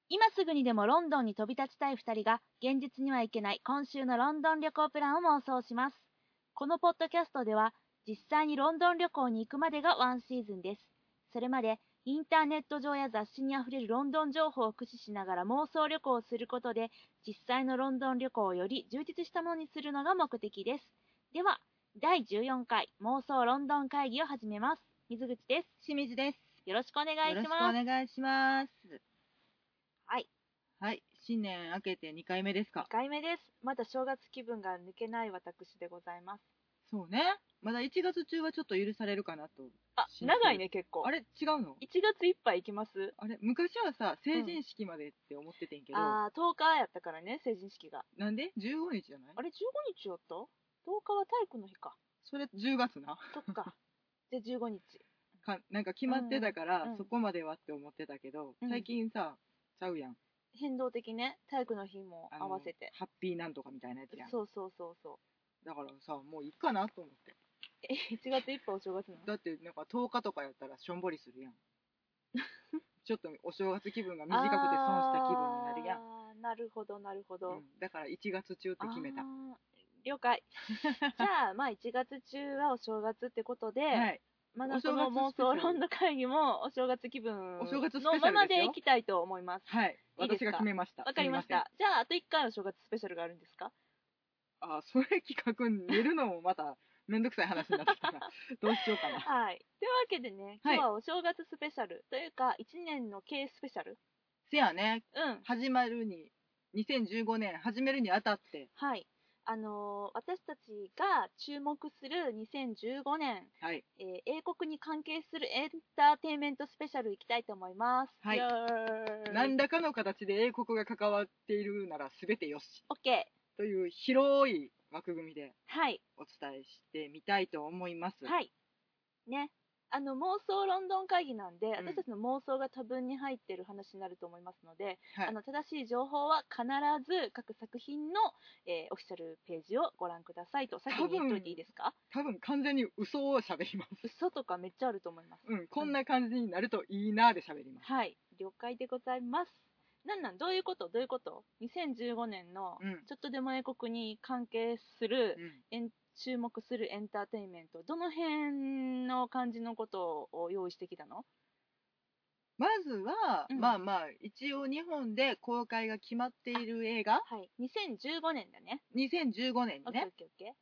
今すぐにでもロンドンに飛び立ちたい2人が現実には行けない今週のロンドン旅行プランを妄想します。このポッドキャストでは実際にロンドン旅行に行くまでがワンシーズンです。それまでインターネット上や雑誌にあふれるロンドン情報を駆使しながら妄想旅行をすることで実際のロンドン旅行をより充実したものにするのが目的です。では第14回妄想ロンドン会議を始めます。水口です。 清水です。 よろしくお願いします。 よろしくお願いします。 はい。 はい、新年明けて2回目ですか。 2回目です。まだ正月気分が抜けない私でございます。 そうね。まだ1月中はちょっと許されるかなと。 長いね、結構。 あれ違うの ?1 月いっぱい行きます？ あれ昔はさ、成人式までって思っててんけど。 10日やったからね、成人式が。 なんで ?15 日じゃない？ あれ、15日やった？ 10 日は体育の日か。 それ10月な。 そっか。じゃあ15日。 なんか決まってたから、 うんそこまではって思ってたけど、最近さ、ちゃうやん。 変動的ね、体育の日も合わせて。 ハッピーなんとかみたいなやつやん。 そうそうそうそう。 だからさ、もういいかなと思って。 1月いっぱいお正月なの？ だってなんか10日とかやったらしょんぼりするやん。ちょっとお正月気分が短くて損した気分になるやん。 なるほどなるほど、 だから1月中って決めた。 了解。じゃあまあ1月中はお正月ってことで、 はい、 まだこの妄想ロンド会議もお正月気分のままでいきたいと思います。 はい、私が決めました。 わかりました。じゃああと1回お正月スペシャルがあるんですか？ それ企画練るのもまためんどくさい話になってきたらどうしようかな。 はい。というわけでね、今日はお正月スペシャル、というか1年の計スペシャル。 せやね。2015年始めるにあたって。 はい。私たちが注目する2015年、 はい、 英国に関係するエンターテインメントスペシャルいきたいと思います。 はい。何らかの形で英国が関わっているなら全てよし。 OK。 という広い枠組みではいお伝えしてみたいと思います。 はい。ね。妄想ロンドン会議なんで、私たちの妄想が多分に入っている話になると思いますので、 はい、 正しい情報は必ず各作品の、オフィシャルページをご覧くださいと先に言っといていいですか？ 多分完全に嘘を喋ります。 嘘とかめっちゃあると思います。 こんな感じになるといいなで喋ります。 はい、了解でございます。どういうこと ?2015 年のちょっとでも英国に関係する、注目するエンターテインメント、どの辺の感じのことを用意してきたの？ まずは、一応日本で公開が決まっている映画、 はい、2015年だね。 2015年にね、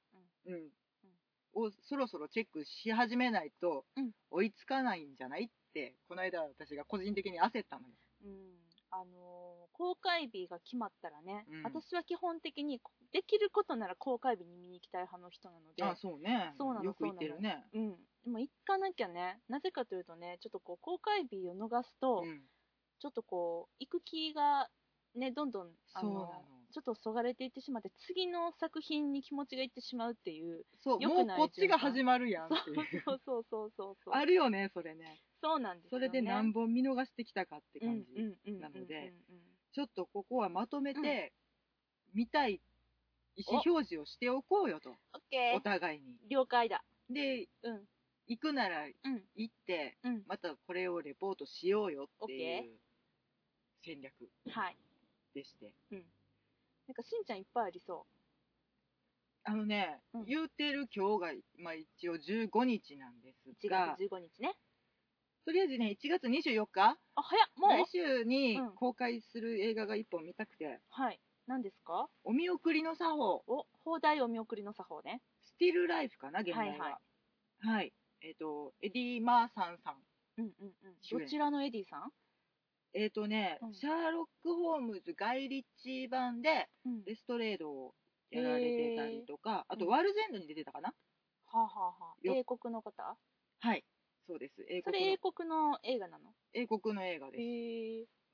をそろそろチェックし始めないと追いつかないんじゃないって、この間私が個人的に焦ったのよ。 公開日が決まったらね、私は基本的にできることなら公開日に見に行きたい派の人なので。 そうね。 そうなの。 よく言ってるね。 でも行かなきゃね。なぜかというとね、ちょっとこう公開日を逃すと、ちょっとこう行く気がね、どんどんちょっとそがれていってしまって、次の作品に気持ちがいってしまうっていう。 そう、もうこっちが始まるやんっていう。 そうあるよね、それね。 そうなんですよね。 それで何本見逃してきたかって感じなので、ちょっとここはまとめて、見たい意思表示をしておこうよと。お互いに。 了解だ。 で、行くなら行って、またこれをレポートしようよっていう戦略でして。 なんかしんちゃんいっぱいありそう。 言うてる今日が、一応15日なんですが、 1月15日ね。 とりあえずね、1月24日、 早っ、もう来週に公開する映画が1本見たくて。 はい。何ですか？ お見送りの作法。 放題お見送りの作法ね。 スティルライフかな、現代は。はい。エディ・マーサンさん。 どちらのエディさん？ シャーロック・ホームズ・ガイ・リッチー版で、レストレードをやられてたりとか、あと、ワールズ・エンドに出てたかな？ 英国の方？ はい。そうです。 それ英国の映画なの？ 英国の映画です。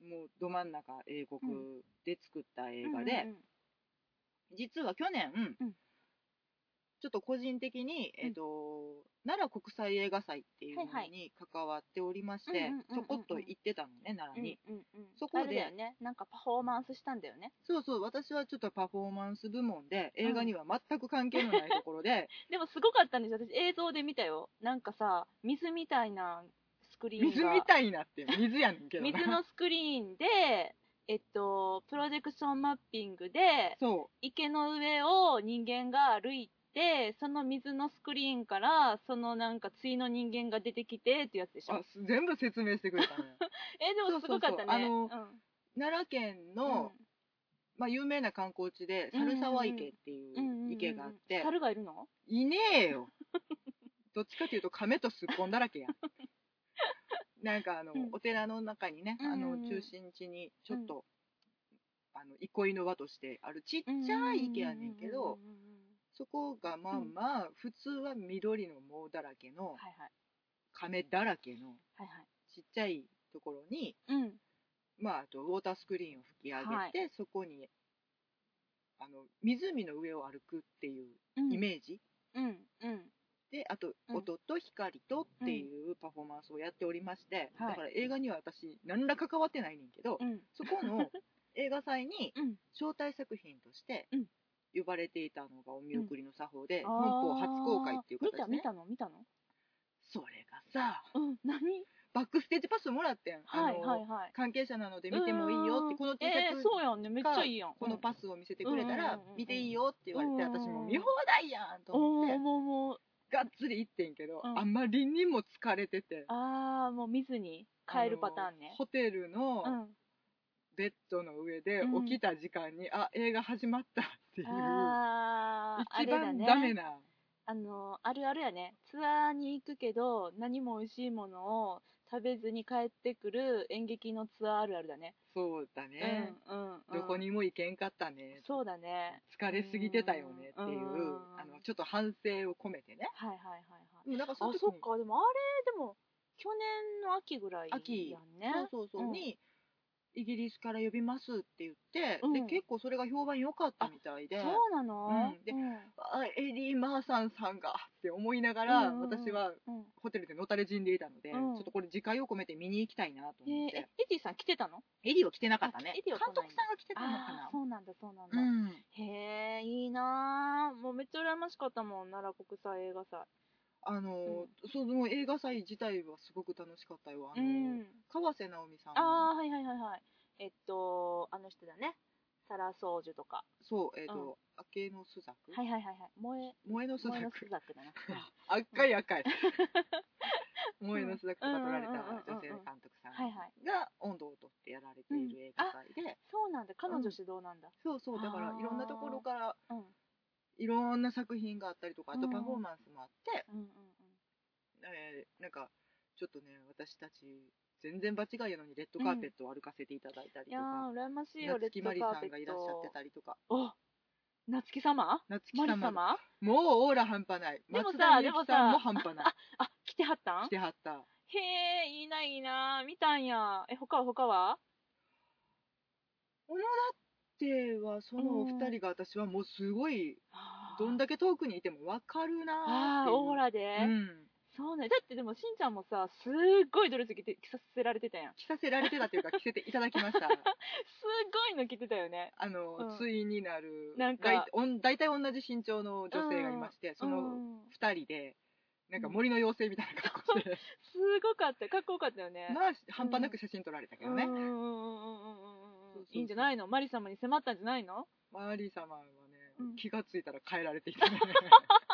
もうど真ん中英国で作った映画で、実は去年、ちょっと個人的に、奈良国際映画祭っていうのに関わっておりまして、ちょこっと行ってたのね、奈良に。そこで、 あれだよね、なんかパフォーマンスしたんだよね。 そうそう、私はちょっとパフォーマンス部門で、映画には全く関係のないところで。 でもすごかったんですよ、私映像で見たよ。なんかさ、水みたいなスクリーンが。 水みたいなって、水やねんけどな。 水のスクリーンで、 プロジェクションマッピングでそ池の上を人間が歩いて、その水のスクリーンからそのなんか対の人間が出てきてっていうやつでしょ。 全部説明してくれたのよ。 でもすごかったね。 奈良県の、有名な観光地で猿沢池っていう池があって、 猿がいるの？ いねえよ。どっちかというと亀とすっぽんだらけや。なんかお寺の中にね、中心地にちょっと、憩いの場としてあるちっちゃい池やねんけど、そこがまあまあ普通は緑の藻だらけの、亀だらけのちっちゃいところに、あとウォータースクリーンを吹き上げて、そこに湖の上を歩くっていうイメージ、で、あと音と光とっていうパフォーマンスをやっておりまして、だから映画には私何ら関わってないねんけど、そこの映画祭に招待作品として呼ばれていたのがお見送りの作法で、本邦初公開っていう形で、ね、 見たのそれがさ、 何バックステージパスもらってん、関係者なので見てもいいよって、この T シャツそうやんね、めっちゃいいやん、 このパスを見せてくれたら見ていいよって言われて、私も見放題やんと思ってがっつり行ってんけど、あまりにも疲れてて、 もう見ずに帰るパターンね。 ホテルのベッドの上で起きた時間に、映画始まったっていう、一番ダメな、 あるあるやね。ツアーに行くけど何も美味しいものを食べずに帰ってくる演劇のツアーあるあるだね。 そうだね、どこにも行けんかったね、 そうだね、 疲れすぎてたよねっていう、ちょっと反省を込めてね。なんかそっか、でもあれでも去年の秋ぐらいやんね。 にイギリスから呼びますって言って、で結構それが評判良かったみたいで。 そうなの？ で、エディ・マーサンさんがって思いながら、私はホテルでのたれ死んでいたので、ちょっとこれ自戒を込めて見に行きたいなと思って。 エディさん来てたの？ エディは来てなかったね。監督さんが来てたのかな。 そうなんだ。へえ、いいな。もうめっちゃ羨ましかったもん、奈良国際映画祭。 その映画祭自体はすごく楽しかったよ。川瀬直美さん。 あの人だね。サラソージュとか。 そう、明けの朱雀。萌えの朱雀だな。赤い。萌えの朱雀とか撮られた女性の監督さんが温度をとってやられている映画祭で。 そうなんだ、彼女主導なんだ。 そう、だからいろんなところからいろんな作品があったりとか、あとパフォーマンスもあって、なんかちょっとね、私たち全然場違いやのにレッドカーペットを歩かせていただいたりとか、 羨ましいよ、 夏木マリさんがいらっしゃってたりとか。 夏木様？マリ様？ もうオーラ半端ない。松田ゆきさんも半端ない。 来てはったん？ 来てはった。 へえ、いいな、見たんや。他は小野田っては、そのお二人が私はもうすごい、どんだけ遠くにいても分かるなーっていう。 オーラで、そうね。だってでもしんちゃんもさ、すっごいドレス着させられてたやん。 着させられてたっていうか、着せていただきました。 すごいの着てたよね。 対になる、大体同じ身長の女性がいまして、その二人で、なんか森の妖精みたいな格好して。 すごかった。かっこよかったよね。 まあ、半端なく写真撮られたけどね。 いいんじゃないの？マリ様に迫ったんじゃないの？ マリ様はね、気がついたら変えられていたね。 残念。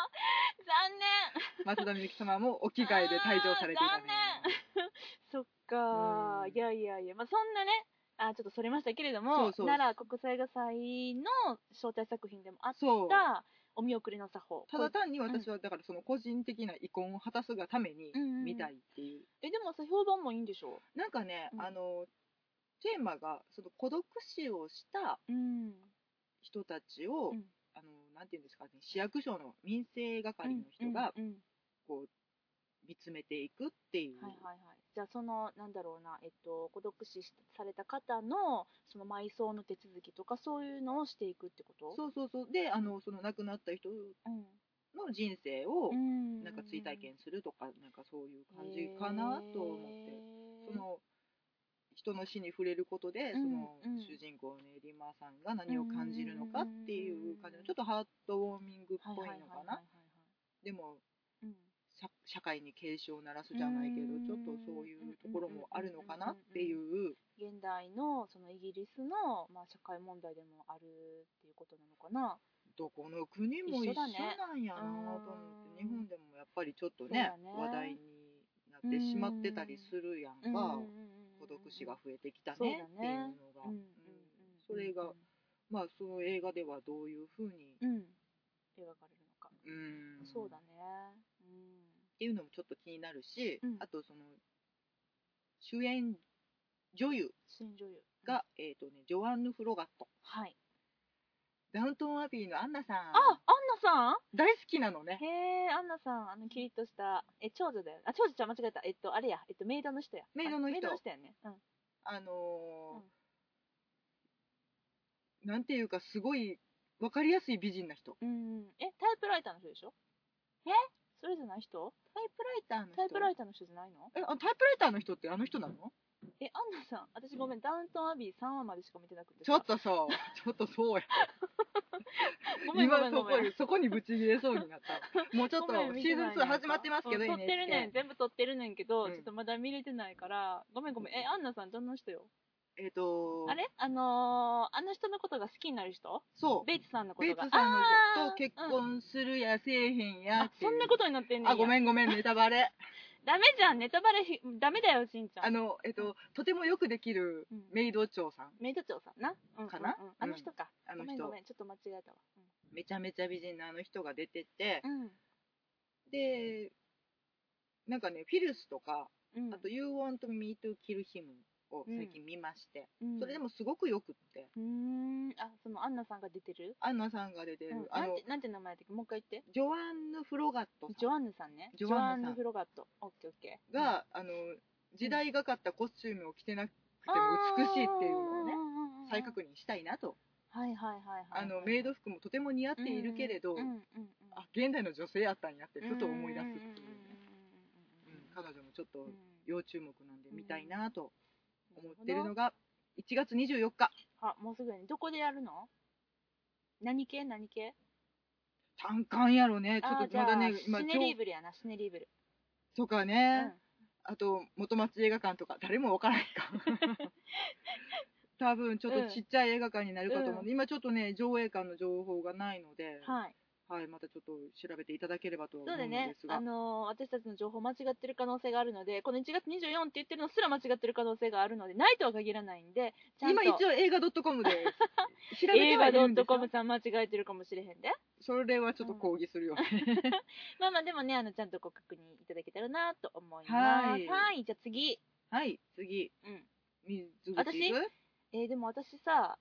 松田美幸様もお着替えで退場されていたね。 残念。そっか、いや、まあ、そんなね、ちょっとそれましたけれども、奈良国際映画祭の招待作品でもあったお見送りの作法。 ただ単に私はだからその個人的な遺恨を果たすがために見たいっていう。 でもさ、評判もいいんでしょ？ なんかね、テーマがその孤独死をした人たちを、なんていうんですかね、市役所の民生係の人がこう見つめていくっていう。じゃあそのなんだろうな、孤独死された方のその埋葬の手続きとかそういうのをしていくってこと？そうで、その亡くなった人の人生をなんか追体験するとか、なんかそういう感じかなと思って、その人の死に触れることで、その主人公のエディ・マーさんが何を感じるのかっていう感じのちょっとハートウォーミングっぽいのかな。でも社会に警鐘を鳴らすじゃないけど、ちょっとそういうところもあるのかなっていう。 現現代のそのイギリスの、まあ、社会問題でもあるっていうことなのかな。 どこの国も一緒なんやなと思って、日本でもやっぱりちょっとね話題になってしまってたりするやんか。孤独死が増えてきたねっていうのが、それがまあその映画ではどういうふうに描かれるのか。そうだね。 っていうのもちょっと気になるし、あとその主演女優が、ジョアンヌ・フロガット。 はい。 ダウントンアビーのアンナさん。 あ、アンナさん大好きなのね。 へえ、アンナさん、キリッとした、長女だよ。あ、長女ちゃん間違えた。あれや、メイドの人や。 メイドの人やね。 なんていうか、すごい分かりやすい美人な人。 タイプライターの人でしょ？それじゃない人？ タイプライターの人？ タイプライターの人じゃないの？ タイプライターの人ってあの人なの？ アンナさん、私ごめん、ダウントンアビー3話までしか見てなくて。 ちょっとそうや。 ごめん。 そこにブチ切れそうになった。もうちょっとシーズン2始まってますけど、 撮ってるねん、全部撮ってるねんけど、 ちょっとまだ見れてないから、ごめん。アンナさんどんな人よ？あれ？あの人のことが好きになる人？ そう。 ベイツさんのことが。 ベイツさんのと結婚するやせえへんやっていう。 そんなことになってんねんや。 ごめん、ネタバレ。 ダメじゃん、ネタバレダメだよ、しんちゃん。 とてもよくできるメイド長さん。 メイド長さんな。 かな？ あの人か。 あの人。 ごめん、ちょっと間違えたわ。 めちゃめちゃ美人なあの人が出てて、で、なんかね、フィルスとか、あと You Want Me to Kill Him を最近見まして、それでもすごくよくって。 そのアンナさんが出てる？ アンナさんが出てる。 なんて名前だっけ？もう一回言って。 ジョアンヌ・フロガットさん。 ジョアンヌさんね。ジョアンヌ・フロガット。オッケー。が、 時代がかったコスチュームを着てなくても美しいっていうのをね、再確認したいなと。メイド服もとても似合っているけれど、現代の女性やったんやってふと思い出すっていうね。彼女もちょっと要注目なんで見たいなと思ってるのが1月24日。 もうすぐに。どこでやるの？何系？ 単館やろね。ちょっとまだね、 シネリーブルやな、シネリーブル。 そうかね。あと元町映画館とか誰もわからないか。多分ちょっとちっちゃい映画館になるかと思うので、今ちょっとね上映館の情報がないので、またちょっと調べていただければと思うんですが、 私たちの情報間違ってる可能性があるので、この1月24って言ってるのすら間違ってる可能性があるので、ないとは限らないんで、 今一応映画 .com で調べてはいるんですよ。映画 .com さん間違えてるかもしれへんで。 それはちょっと抗議するよね。 でもね、ちゃんとご確認いただけたらなと思います。じゃあ次。 水口私でも私さ、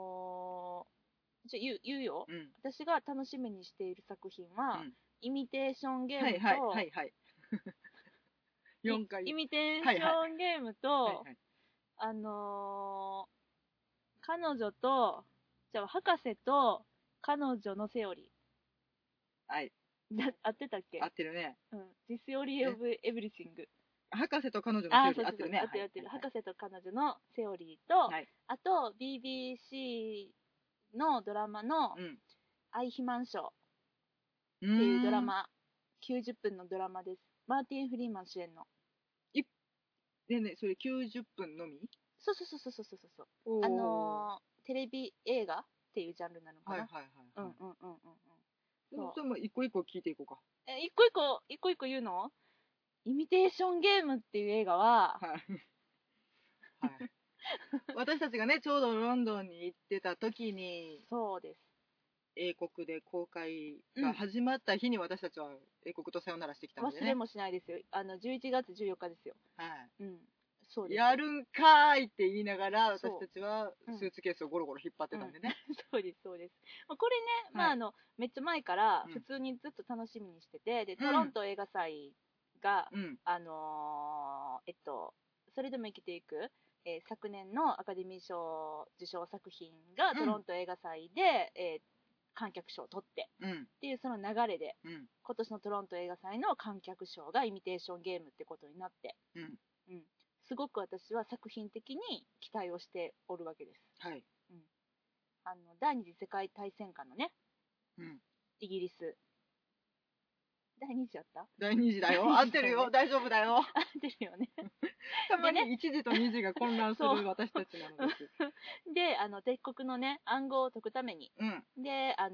言うよ、私が楽しみにしている作品は、イミテーションゲームと、 4回イミテーションゲームと、彼女と、博士と彼女のセオリー。合ってたっけ？ 合ってるね。 The Theory of Everything。 博士と彼女のセオリー合ってるね。 合ってる。博士と彼女のセオリーと、あと BBC のドラマの愛肥満賞っていうドラマ、90分のドラマです。マーティン・フリーマン主演の。 ね、それ90分のみ？ そう。テレビ映画っていうジャンルなのかな。 それも一個一個聞いていこうか。 一個一個言うの？イミテーションゲームっていう映画は、 私たちがねちょうどロンドンに行ってた時に、 そうです。 英国で公開が始まった日に私たちは英国とさよならしてきたんでね。 忘れもしないですよ。11月14日ですよ。そうです。 やるんかーいって言いながら私たちはスーツケースをゴロゴロ引っ張ってたんでね。 そうです。これね、めっちゃ前から普通にずっと楽しみにしてて、でトロント映画祭が、それでも生きていく、昨年のアカデミー賞受賞作品がトロント映画祭で、観客賞を取って、っていうその流れで、今年のトロント映画祭の観客賞がイミテーションゲームってことになって、すごく私は作品的に期待をしておるわけです。第二次世界大戦下のね、イギリス。第2次やった？ 第2次だよ。合ってるよ。大丈夫だよ。 合ってるよね。 たまに1時と2時が混乱する私たちなのです。 で、鉄国のね、暗号を解くために、 うん。 で、ア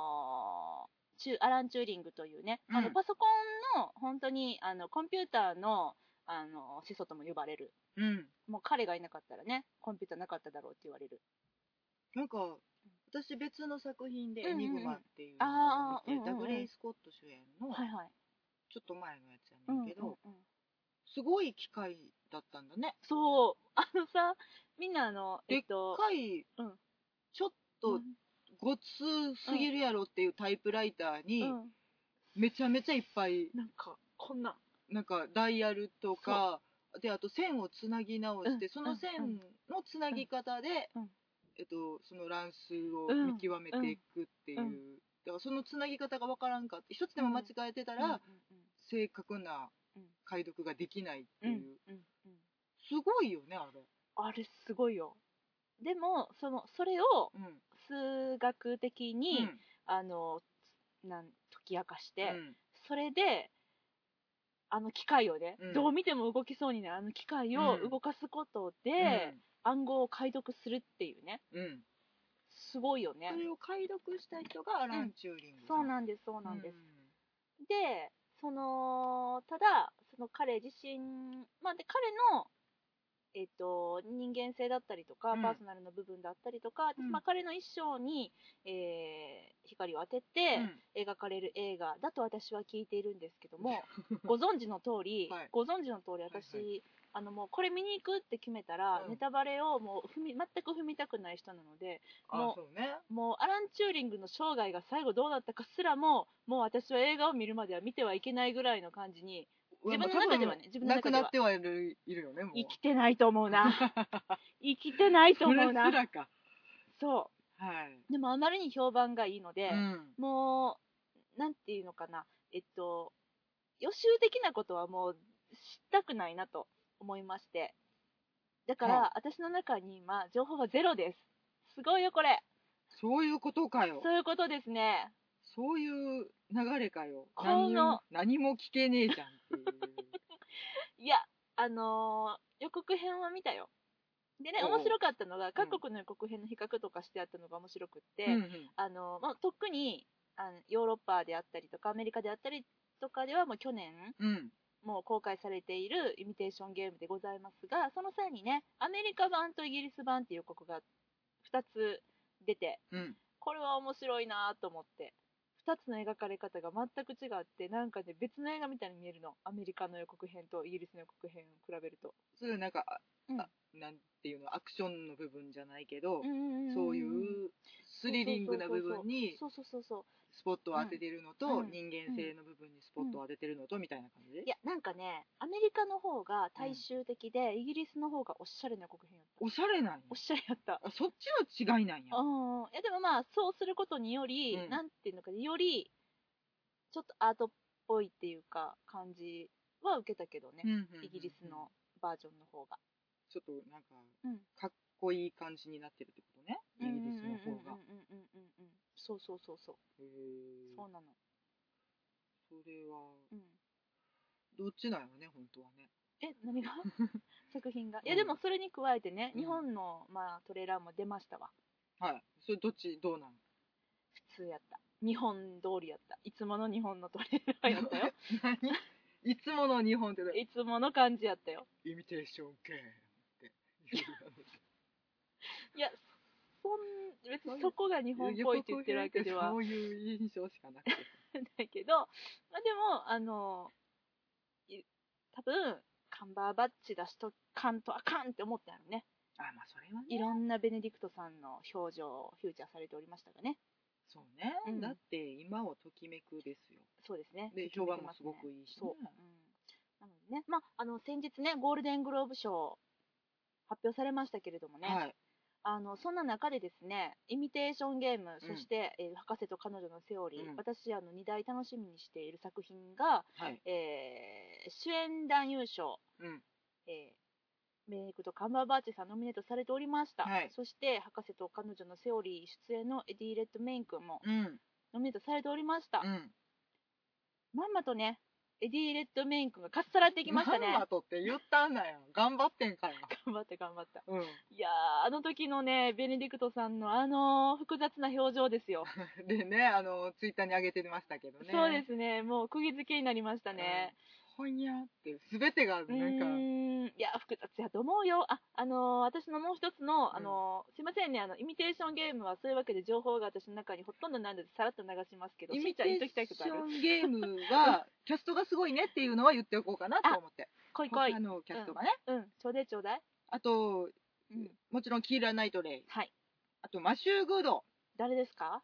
ラン・チューリングというね、 うんパソコンの、本当に、コンピューターの、始祖とも呼ばれる。 うん。 もう彼がいなかったらね、コンピューターなかっただろうって言われる。 なんか、私別の作品でうんうんうんエニグマっていうのを見て、 うんうんうんダグレイ・スコット主演の、 はいはい。 ちょっと前のやつやうんうんねんけど、 うん。 すごい機械だったんだね。 そう、さ、みんなでっかい、 うん。 ちょっとごつすぎるやろっていうタイプライターに、めちゃめちゃいっぱい、 なんか、こんな。 なんかダイヤルとか、で、あと線をつなぎ直して、その線のつなぎ方で、その乱数を見極めていくっていう、だからそのつなぎ方がわからんかって、一つでも間違えてたら、正確な解読ができないっていう、すごいよね、あれ。 あれすごいよ。でも、それを数学的に、解き明かして、それで、機械をね、どう見ても動きそうになる機械を動かすことで、暗号を解読するっていうね。すごいよね。 それを解読した人がアラン・チューリングさん。 そうなんです、そうなんです。で、ただ、彼自身、で、彼の、人間性だったりとか、パーソナルの部分だったりとか、彼の一生に、光を当てて描かれる映画だと私は聞いているんですけども、ご存知の通り、私、もうこれ見に行くって決めたら、ネタバレをもう全く踏みたくない人なので、もうアラン・チューリングの生涯が最後どうなったかすらもう私は映画を見るまでは見てはいけないぐらいの感じに、自分の中ではね、 亡くなってはいるよね、もう。 生きてないと思うな。生きてないと思うな。 それすらか。 そう。 はい。 でもあまりに評判がいいので、もう、なんていうのかな、予習的なことはもう知ったくないなと思いまして。だから、私の中に今、情報はゼロです。すごいよ、これ。 そういうことかよ。 そういうことですね。 そういう流れかよ。何も聞けねえじゃんっていう。 いや、予告編は見たよ。でね、面白かったのが、各国の予告編の比較とかしてあったのが面白くって、特にヨーロッパであったりとか、アメリカであったりとかでは、もう去年、もう公開されているイミテーションゲームでございますが、その際にね、アメリカ版とイギリス版っていう予告が2つ出て、これは面白いなと思って、2つの描かれ方が全く違って、なんかね、別の映画みたいに見えるの。アメリカの予告編とイギリスの予告編を比べると。 それなんか、なんていうの、アクションの部分じゃないけど、そういうスリリングな部分にスポットを当ててるのと、人間性の部分にスポットを当ててるのと、みたいな感じで。 いや、なんかね、アメリカの方が大衆的で、イギリスの方がおしゃれな予告編やった。 おしゃれなんや。 おしゃれやった。 そっちの違いなんや。 いや、でもそうすることにより、なんていうのか、より、ちょっとアートっぽいっていうか、感じは受けたけどね。イギリスのバージョンの方が。 ちょっとなんか、かっこいい感じになってるってことね。イギリスの方が。 そう。そうなの。 それは、どっちなのね、本当はね。 何が作品が。いや、でもそれに加えてね、日本の、トレーラーも出ましたわ。 はい。それどうなの？ 普通やった。日本通りやった。いつもの日本のトレーラーやったよ。 何？いつもの日本っていつもの感じやったよ。 イミテーション系っていや、別にそこが日本っぽいって言ってるわけではそういう印象しかなくてないけど、でも多分カンバーバッチ出しとかんとあかんって思ったよね。 それはね。 いろんなベネディクトさんの表情をフューチャーされておりましたがね。 そうね、だって今をときめくですよ。 そうですね。 で、評判もすごくいいし、ね。 なのでね、先日ね、ゴールデングローブ賞発表されましたけれどもね、そんな中でですね、イミテーションゲーム、そして、博士と彼女のセオリー、私2大楽しみにしている作品が、主演男優賞、ベネディクト・カンバーバーチさんノミネートされておりました。そして博士と彼女のセオリー出演のエディ・レッドメイン君もノミネートされておりました。まんまとね、 エディ・レッドメイン君がかっさらってきましたね。 まんまとって言ったんだよ。頑張ってんから。 頑張った頑張った。 うん。 いやー、あの時のね、ベネディクトさんの複雑な表情ですよ。 でね、ツイッターに上げてましたけどね。 そうですね、もう釘付けになりましたね。 ほんやって、すべてがなんか。 いや、複雑やと思うよ。私のもう一つの、すいませんね、イミテーションゲームはそういうわけで情報が私の中にほとんどないのでさらっと流しますけど、 イミテーションンゲームは、キャストがすごいねっていうのは言っておこうかなと思って。 来い来い。 他のキャストがね。 ちょうだいちょうだい。 あと、もちろんキーラ・ナイトレイ。 はい。 あと、マシュー・グード。 誰ですか？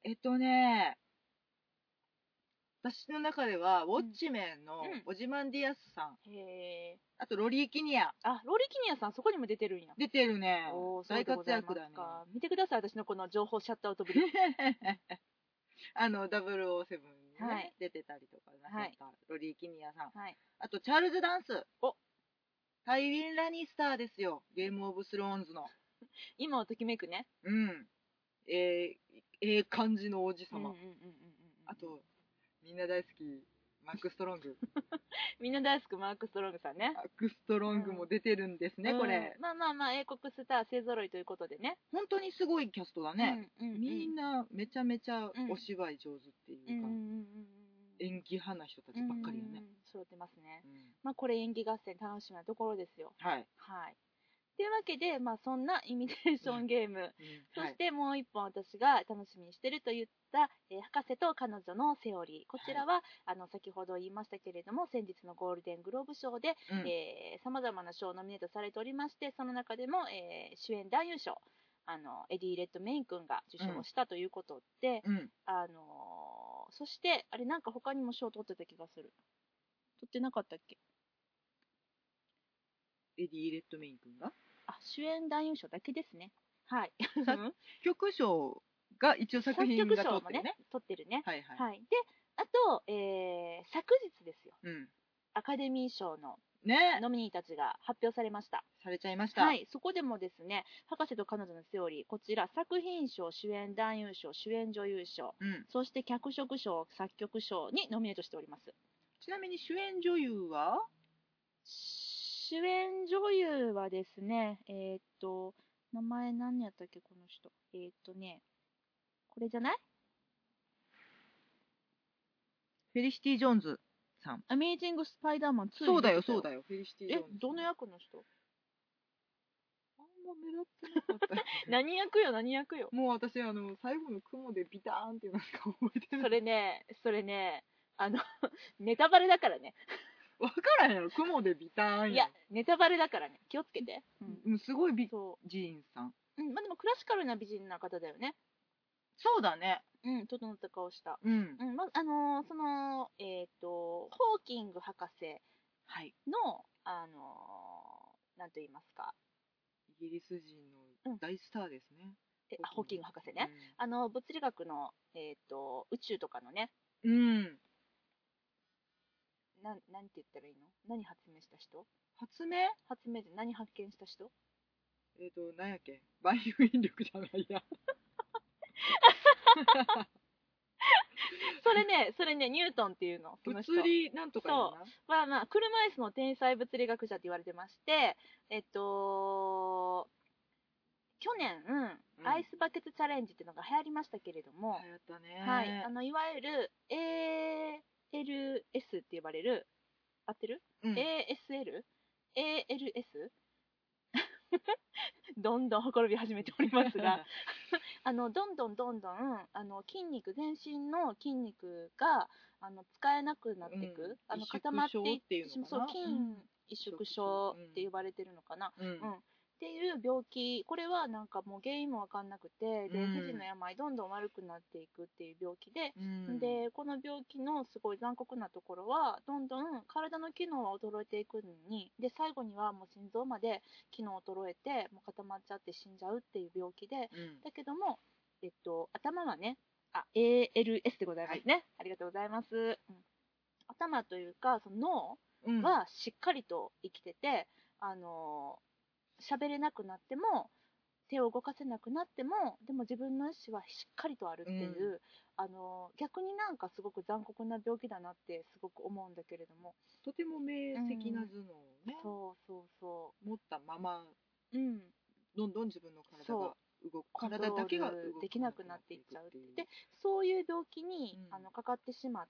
私の中では、ウォッチメンのオジマンディアスさん。 へー。 あと、ロリー・キニア。 ロリキニアさん、そこにも出てるんや。 出てるね。大活躍だね。 見てください、私のこの情報シャットアウトぶり。 007にね、出てたりとかなさったロリー・キニアさん。あと、チャールズ・ダンス。タイウィン・ラニスターですよ。ゲーム・オブ・スローンズの。 今をときめくね。 感じのおじさま。あと、みんな大好き、マーク・ストロング。 みんな大好き、マーク・ストロングさんね。 マーク・ストロングも出てるんですね、これ。 まあ、英国スター勢揃いということでね。 本当にすごいキャストだね。みんなめちゃめちゃお芝居上手っていうか、演技派な人たちばっかりよね。 揃ってますね。これ演技合戦楽しみなところですよ。 はい。 というわけで、そんなイミテーションゲーム、そしてもう一本私が楽しみにしてると言った、博士と彼女のセオリー。こちらは、先ほど言いましたけれども、先日のゴールデングローブ賞で、様々な賞をノミネートされておりまして、その中でも、主演男優賞、エディ・レッドメイン君が受賞したということで、そして、あれなんか他にも賞を取ってた気がする。取ってなかったっけ？ エディ・レッドメイン君が主演男優賞だけですね。はい。 作曲賞が一応作品が取ってるね。 取ってるね。 はい。 で、あと、昨日ですよ。 うん。 アカデミー賞のノミニーたちが発表されました。 されちゃいました。 はい。そこでもですね、博士と彼女のセオリー、こちら作品賞、主演男優賞、主演女優賞、そして脚色賞、作曲賞にノミネートしております。 ちなみに主演女優は？ 主演女優はですね、名前何やったっけ、この人。これじゃない？ フェリシティ・ジョーンズさん。 アメイジング・スパイダーマン2。 そうだよ。フェリシティ・ジョーンズ。 どの役の人？ あんま目立ってなかった。 何役よ。 もう私、最後の雲でビターンっていうのしか覚えてない。 それね、ネタバレだからね。 わからへんやろ、雲でビターンや。 いや、ネタバレだからね。気をつけて。 すごい美人さん。 でもクラシカルな美人な方だよね。 そうだね。 整った顔した。 その、ホーキング博士の、なんと言いますか。 イギリス人の大スターですね。 ホーキング博士ね。物理学の、宇宙とかのね。なんて言ったらいいの？何発明した人？ 発明で何発見した人？ 何やっけ？万有引力じゃないや。 それね、ニュートンっていうの。 物理なんとかやな。 そう。車椅子の天才物理学者って言われてまして、去年、アイスバケツチャレンジっていうのが流行りましたけれども、 流行ったね。 はい。いわゆる ALS って呼ばれる、合ってる？ ASL？ ALS？ どんどんほころび始めておりますがどんどん筋肉、全身の筋肉が使えなくなっていく、固まっていって筋萎縮症って呼ばれてるのかな、っていう病気、これはなんかもう原因も分かんなくて、で不治の病、どんどん悪くなっていくっていう病気で、でこの病気のすごい残酷なところは、どんどん体の機能は衰えていくのに、で最後にはもう心臓まで機能衰えてもう固まっちゃって死んじゃうっていう病気で、だけども、頭はね、ALS でございますね、ありがとうございます、頭というかその脳はしっかりと生きてて、喋れなくなっても手を動かせなくなってもでも自分の意思はしっかりとあるっていう、逆になんかすごく残酷な病気だなってすごく思うんだけれども、 とても明晰な頭脳をね、 そうそうそ持ったままう、 どんどん自分の体がコント体だけが動ロールできなくなっていっちゃうっていうで、そういう病気に、かかってしまった、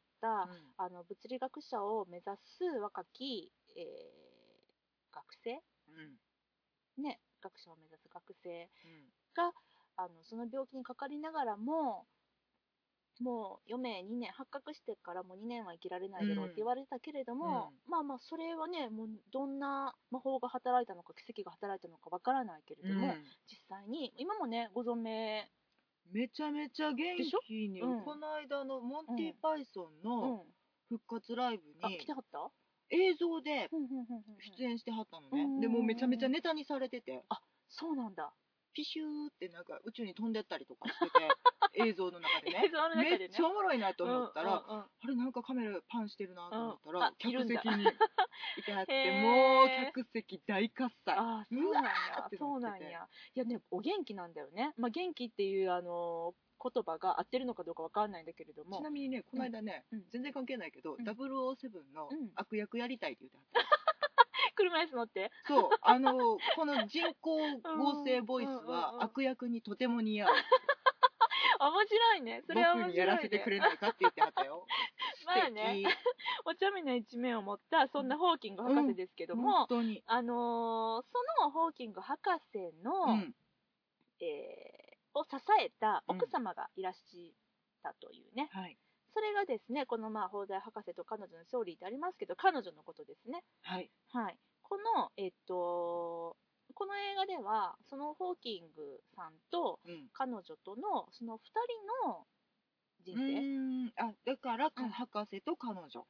うん物理学者を目指す若き、学生、学者を目指す学生がその病気にかかりながらももう余命2年発覚してからもう2年は生きられないだろうって言われてたけれども、まあまあそれはねもうどんな魔法が働いたのか奇跡が働いたのかわからないけれども、実際に今もねご存命めちゃめちゃ元気に、この間のモンティ・パイソンの復活ライブに来てはった映像で出演してはったのね。でもうめちゃめちゃネタにされてて、 あ、そうなんだ。 ピシューってなんか宇宙に飛んでったりとかしてて映像の中でねめっちゃおもろいなと思ったら、あれなんかカメラパンしてるなと思ったら、客席にいてはってもう客席大喝采。 あ、そうなんや。そうなんや。いやね、お元気なんだよね。まあ、元気っていう言葉が合ってるのかどうかわかんないんだけれども、 ちなみにねこの間ね、全然関係ないけど、007の悪役やりたいって言ってはった。 車椅子乗ってそうこの人工合成ボイスは悪役にとても似合う。 面白いね。それは面白いね。 僕にやらせてくれないかって言ってはったよ。 まあね、お茶目な一面を持ったそんなホーキング博士ですけども、そのホーキング博士の、を支えた奥様がいらっしゃったというね、それがですね、この放題博士と彼女のストーリーってありますけど、彼女のことですね。この映画ではそのホーキングさんと彼女とのその2人の人生、 だから博士と彼女、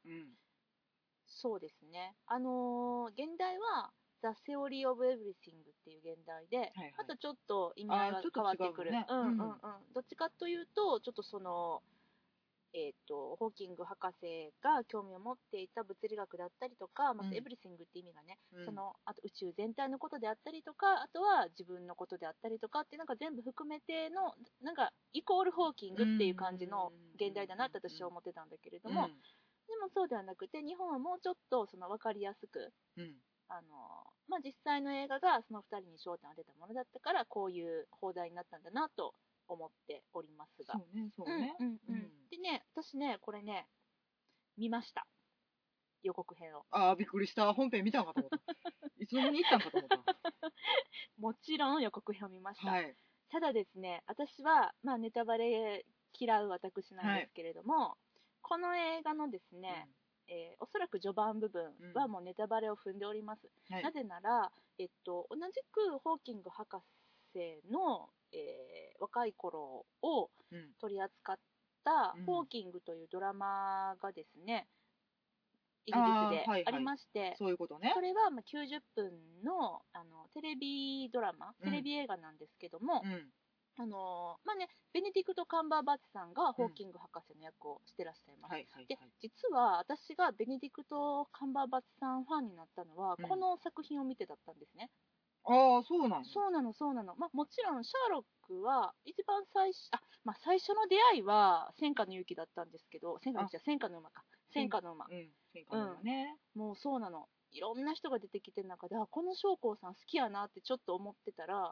そうですね。現代はThe Theory of Everything っていう現代で、あとちょっと意味合いが変わってくる。どっちかというとちょっとそのホーキング博士が興味を持っていた物理学だったりとか、またエブリシングって意味がね、あと宇宙全体のことであったりとか、あとは自分のことであったりとかってなんか全部含めてのなんかイコールホーキングっていう感じの現代だなって私は思ってたんだけれども、でもそうではなくて日本はもうちょっとその分かりやすく、実際の映画がその2人に焦点を当てたものだったからこういう放題になったんだなと思っておりますが、でね、私ねこれね見ました、予告編を。 びっくりした。本編見たんかと思ったいつの間に行ったんかと思ったもちろん予告編を見ました、ただですね、私は、ネタバレ嫌う私なんですけれども、この映画のですね、おそらく序盤部分はもうネタバレを踏んでおります、なぜなら、同じくホーキング博士の、若い頃を取り扱った「ホーキング」というドラマがですね、イギリスでありまして、 そういうことね。 それは90分の、テレビドラマ、テレビ映画なんですけども、ベネディクト・カンバーバッチさんがホーキング博士の役をしてらっしゃいます。で、実は私がベネディクト・カンバーバッチさんファンになったのは、この作品を見てだったんですね。 そうなの。 そうなの。もちろんシャーロックは一番最初の出会いは戦火の勇気だったんですけど、戦火の馬か。戦火の馬。もうそうなの。いろんな人が出てきてる中で、この将校さん好きやなってちょっと思ってたら、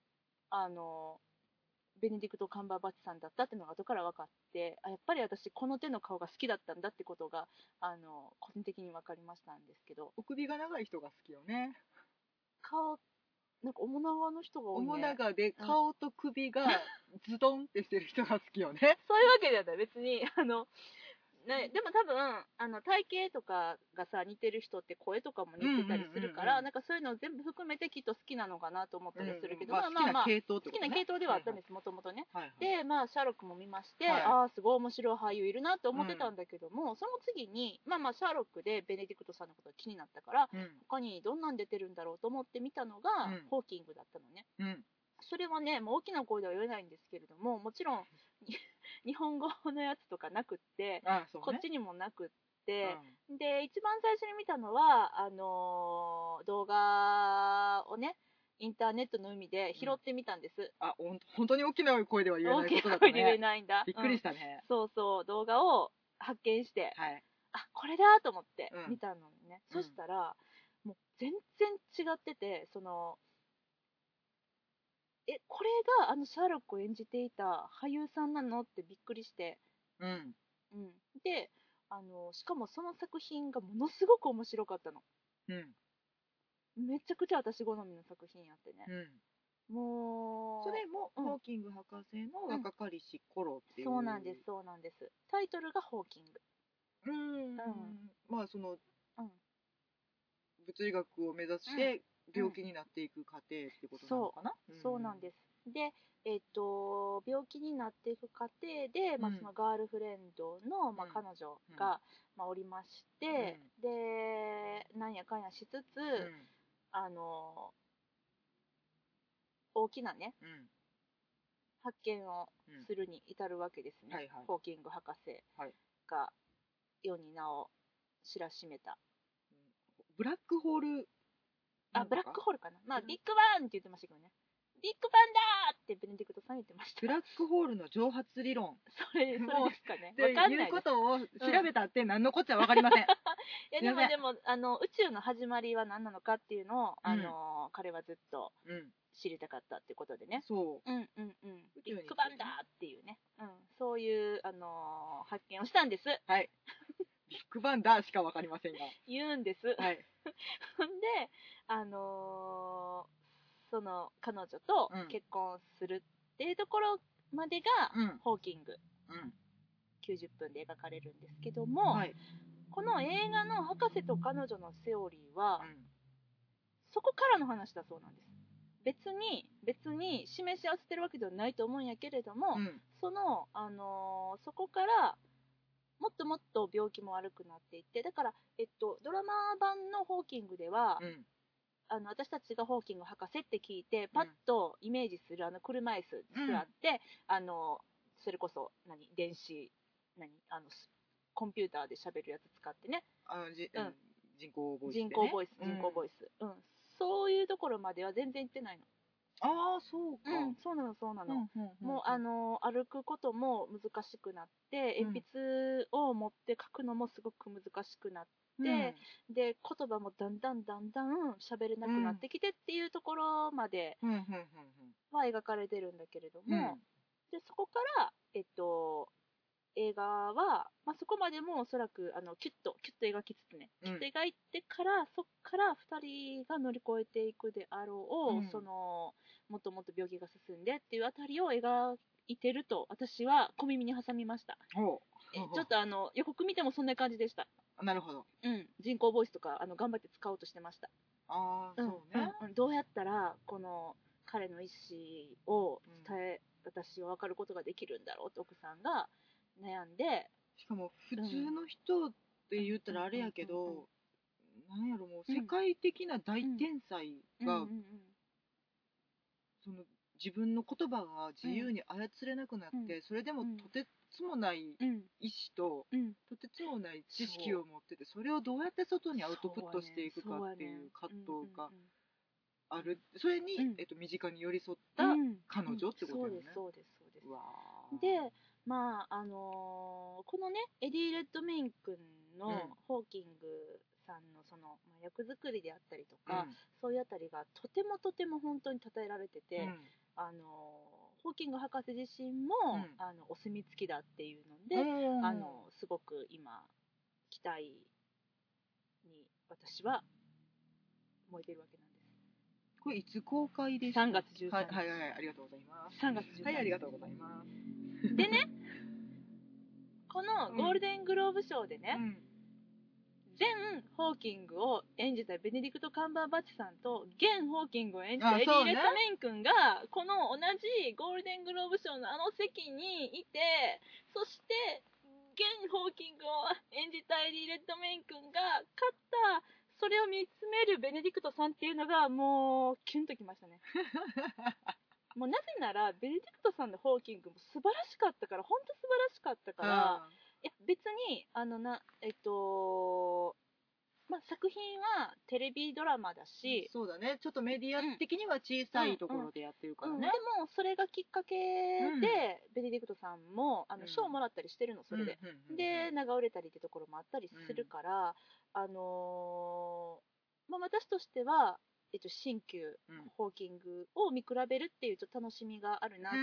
ベネディクト・カンバーバッチさんだったっていうのが後から分かって、やっぱり私この手の顔が好きだったんだってことが個人的に分かりましたんですけど、 お首が長い人が好きよね。 顔なんか面長の人が多いね。 面長で顔と首がズドンってしてる人が好きよね。 そういうわけではない、別にでも多分体型とかがさ似てる人って声とかも似てたりするから、なんかそういうのを全部含めてきっと好きなのかなと思ったりするけど、 好きな系統ってことね。 好きな系統ではあったんです、もともとね。で、シャーロックも見まして、すごい面白い俳優いるなと思ってたんだけども、その次にシャーロックでベネディクトさんのことが気になったから、他にどんなん出てるんだろうと思って見たのが、ホーキングだったのね。それはね、もう大きな声では言えないんですけれども、もちろん日本語のやつとかなくって、こっちにもなくって、で一番最初に見たのは動画をねインターネットの海で拾ってみたんです。 あ、本当に大きな声では言えないことだったね。 大きな声で言えないんだ。 びっくりしたね。 そうそう、動画を発見して、 はい。 あ、これだと思って見たのね。そしたら、もう全然違ってて、これがシャーロックを演じていた俳優さんなのってびっくりして、で、しかもその作品がものすごく面白かったの。めちゃくちゃ私好みの作品やってね。もうそれも、ホーキング博士の若かりし頃っていう。 そうなんです、そうなんです。タイトルがホーキング。 まあ物理学を目指して病気になっていく過程ってことなのかな。 そうなんです。で、病気になっていく過程で、そのガールフレンドの、彼女が、おりまして、で、なんやかんやしつつ、大きなね、発見をするに至るわけですね。ホーキング博士が世に名を知らしめた。 ブラックホール、 ブラックホールかな。ビッグバンって言ってましたけどね。ビッグバンだーってベネディクトさん言ってました。 ブラックホールの蒸発理論。 それですかね。 わかんないです。いうことを調べたって何のこっちゃわかりません。いやでも宇宙の始まりは何なのかっていうのを、彼はずっと知りたかったってことでね。 そう。 ビッグバンだーっていうね。そういう発見をしたんです。 はい。ビッグバンだしかわかりませんが。 言うんです。 はい。 ほんで、その彼女と結婚するっていうところまでが、ホーキング、90分で描かれるんですけども、この映画の博士と彼女のセオリーは、そこからの話だそうなんです。別に示し合わせてるわけではないと思うんやけれども、そこからもっともっと病気も悪くなっていって、だから、ドラマ版のホーキングでは、私たちがホーキング博士って聞いて、パッとイメージする車椅子に座って、それこそ電子コンピューターで喋るやつ使ってね、 人工ボイス、 人工ボイス、そういうところまでは全然行ってないの。 ああ、そうか。 そうなの、そうなの。もう歩くことも難しくなって、鉛筆を持って書くのもすごく難しくなって、で、言葉もだんだん喋れなくなってきてっていうところまでは描かれてるんだけれども、でそこから、映画は、そこまでもおそらくキュッと描きつつね、キュッと描いてから、そこから2人が乗り越えていくであろう、もっともっと病気が進んでっていうあたりを描いてると私は小耳に挟みました。ちょっと予告見てもそんな感じでした。 なるほど。 人工ボイスとか頑張って使おうとしてました。 そうね。 どうやったらこの彼の意思を私は分かることができるんだろうと奥さんが悩んで、 しかも普通の人って言ったらあれやけど、なんやろ、もう世界的な大天才がその自分の言葉が自由に操れなくなって、それでもとてつもない意志と、とてつもない知識を持ってて、それをどうやって外にアウトプットしていくかっていう葛藤がある。それに、身近に寄り添った彼女ってことよね。 そうです。で、このね、エディ・レッドメイン君のホーキングさんの役作りであったりとか、そういうあたりがとても本当に称えられてて、ホーキング博士自身も、お墨付きだっていうので、すごく今期待に私は燃えてるわけなんです。 これいつ公開ですか ？3月13日。 はい、ありがとうございます。 3月13日。 はい、ありがとうございます。 でね、このゴールデングローブ賞でね、前ホーキングを演じたベネディクト・カンバーバッチさんと現ホーキングを演じたエディ・レッドメイン君が、この同じゴールデングローブ賞の席にいて、そして現ホーキングを演じたエディ・レッドメイン君が勝った、それを見つめるベネディクトさんっていうのがもうキュンときましたね。もうなぜならベネディクトさんのホーキングも素晴らしかったから、本当素晴らしかったから、いや別にまあ、作品はテレビドラマだし、 そうだね、ちょっとメディア的には小さいところでやってるからね、 でもそれがきっかけで、ベネディクトさんも賞をもらったりしてるの、それで、で名が売れたりってところもあったりするから、まあ、私としては、新旧ホーキングを見比べるっていうちょっと楽しみがあるなって、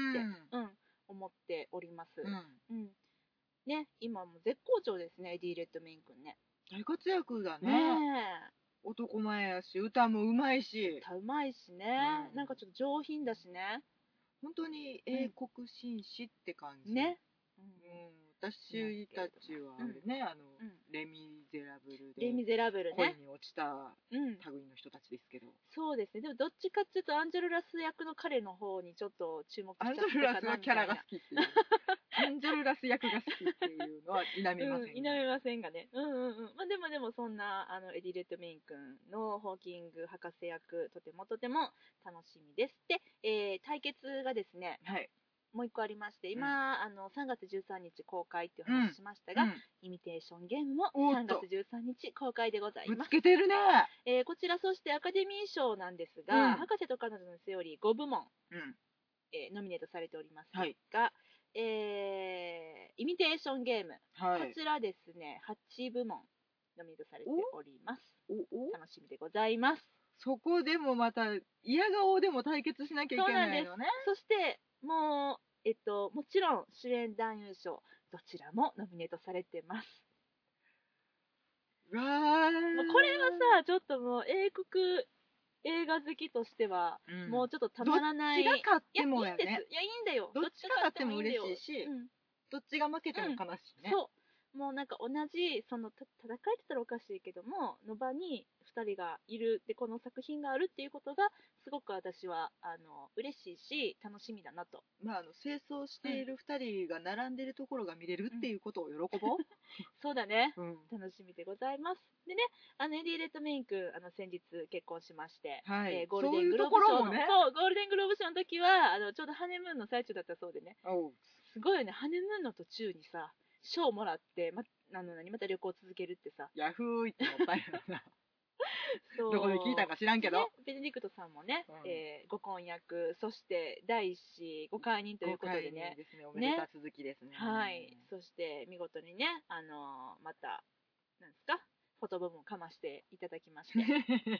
思っております、ね、今も絶好調ですね、エディ・レッドメイン君ね。 大活躍だね。男前やし、歌もうまいし。 歌うまいしね、なんかちょっと上品だしね。 本当に英国紳士って感じ。 ね。 私たちはあれね、レ・ミゼラブルで。 レ・ミゼラブルね。 恋に落ちた類の人たちですけど。 そうですね。でもどっちかっていうとアンジェル・ラス役の彼の方にちょっと注目しちゃったかな。 アンジェル・ラスのキャラが好きっていう。アンジェル・ラス役が好きっていうのは否めません。 否めませんがね。まあでもそんなエディ・レッドメイン君のホーキング博士役、とてもとても楽しみです。で、対決がですね、もう一個ありまして、今、3月13日公開っていう話しましたが、イミテーションゲームも3月13日公開でございます。 ぶつけてるね。 こちら、そしてアカデミー賞なんですが、博士と彼女のセオリー5部門、ノミネートされておりますが、イミテーションゲーム、こちらですね、8部門ノミネートされております。楽しみでございます。 そこでもまた嫌顔でも対決しなきゃいけないのね。 そしてもちろん主演男優賞どちらもノミネートされてます。もうこれはさ、ちょっともう英国映画好きとしては、もうちょっとたまらない。 どっちが勝ってもやね。 いや、いいんだよ。 どっちが勝っても嬉しいし、どっちが負けても悲しいね。 そう。もうなんか同じ、戦いって言ったらおかしいけども、の場に2人がいる、で、この作品があるっていうことが、すごく私は、嬉しいし、楽しみだなと。 まあ、清掃している2人が並んでるところが見れるっていうことを喜ぼう。 そうだね。楽しみでございます。でね、エディ・レッドメイン君、先日結婚しまして、ゴールデングローブ賞の、ゴールデングローブ賞の時は、ちょうどハネムーンの最中だったそうでね。すごいよね、ハネムーンの途中にさ、賞もらって、また旅行を続けるってさ。 ヤフーってもったいないな。どこで聞いたか知らんけど。 ベネディクトさんもね、ご婚約、そして第一子ご解任ということでね。 おめでた続きですね。 はい。そして見事にね、また、なんですか、フォト部分をかましていただきまして、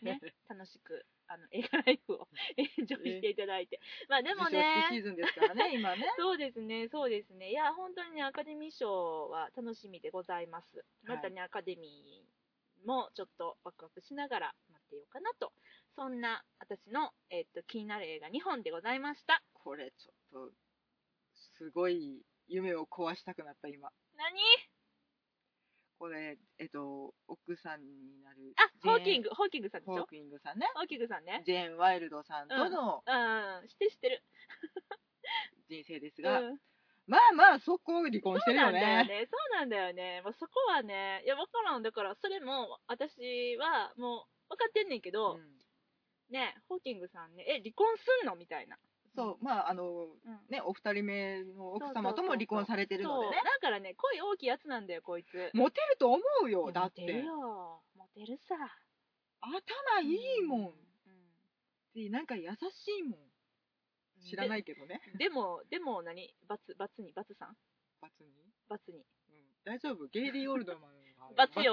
ね、楽しく映画ライフをエンジョイしていただいて、まあでもね、 シーズンですからね、今ね。 そうですね。いや、本当にね、アカデミー賞は楽しみでございます。またね、アカデミーもちょっとワクワクしながら待ってようかなと。そんな私の、気になる映画2本でございました。 これちょっと、すごい夢を壊したくなった、今。 何？ これ、奥さんになる。 ホーキングさんでしょ？ ホーキングさんね。 ホーキングさんね。 ジェーン・ワイルドさんとの、 知ってる。 人生ですが、まあまあ、そこ離婚してるよね。 そうなんだよね。もうそこはね、いや、わからん。だから、それも、私は、もう、分かってんねんけど、ね、ホーキングさんね、離婚すんのみたいな。 そう、まあ、ね、お二人目の奥様とも離婚されてるのでね。 だからね、恋大きいやつなんだよ、こいつ。 モテると思うよ、だって。 モテるよ。モテるさ。 頭いいもん。で、なんか優しいもん。知らないけどね。 でも何？バツさん？バツに。 大丈夫？ゲイリー・オールドマンが。バツ4。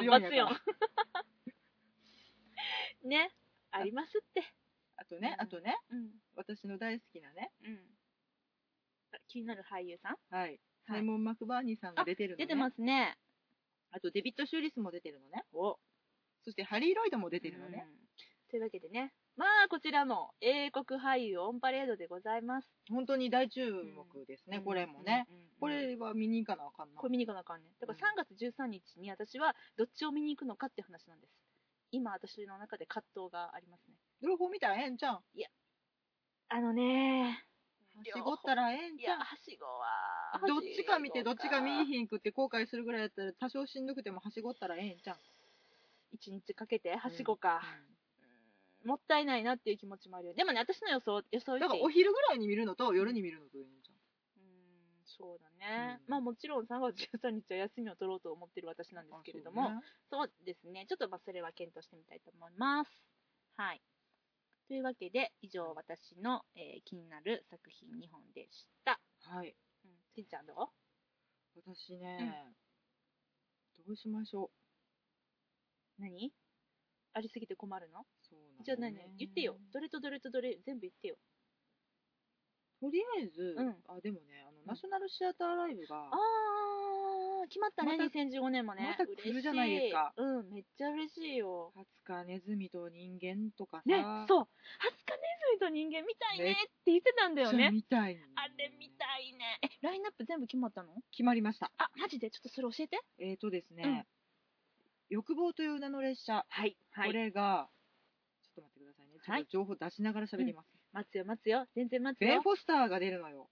ね、ありますって。 あとね、私の大好きなね、 気になる俳優さん？ はい。サイモン・マクバーニーさんが出てるのね。 出てますね。 あと、デビッド・シュリスも出てるのね。そして、ハリー・ロイドも出てるのね。 というわけでね、まあ、こちらも英国俳優オンパレードでございます。 本当に大注目ですね、これもね。これは見に行かなあかんな。 これ見に行かなあかんね。だから3月13日に私はどっちを見に行くのかって話なんです。今、私の中で葛藤がありますね。 両方見たらええんちゃん。 いや、 はしごったらええんちゃん。 はしごは。 どっちか見てどっちか見いひんくって後悔するぐらいやったら多少しんどくてもはしごったらええんちゃん。 1日かけてはしごか。もったいないなっていう気持ちもあるよ。でもね、私の予想だからお昼ぐらいに見るのと夜に見るのといいんじゃん。 そうだね、 うんまあもちろん3月13日は休みを取ろうと思ってる私なんですけれども、そうですね、ちょっとそれは検討してみたいと思います。はい。というわけで、以上私の、気になる作品2本でした。 はい。 しんちゃんどう？ 私ね、どうしましょう。何？ありすぎて困るの？ そうなんだね。 じゃあ何？言ってよ。どれとどれとどれ全部言ってよ。 とりあえず、でもね、ナショナルシアターライブが、 決まったね、2015年もね。 また来るじゃないですか。 めっちゃ嬉しいよ。 20日ネズミと人間とかさ。 ね、そう。20日ネズミと人間見たいねって言ってたんだよね。 見たい、ね。 あれ見たいね。ラインナップ全部決まったの？ 決まりました。 マジで？ちょっとそれ教えて。 ですね、欲望という名の列車。 はい。 これが、ちょっと待ってくださいね。ちょっと情報出しながら喋ります。 待つよ、待つよ。全然待つよ。 ベン・フォスターが出るのよ。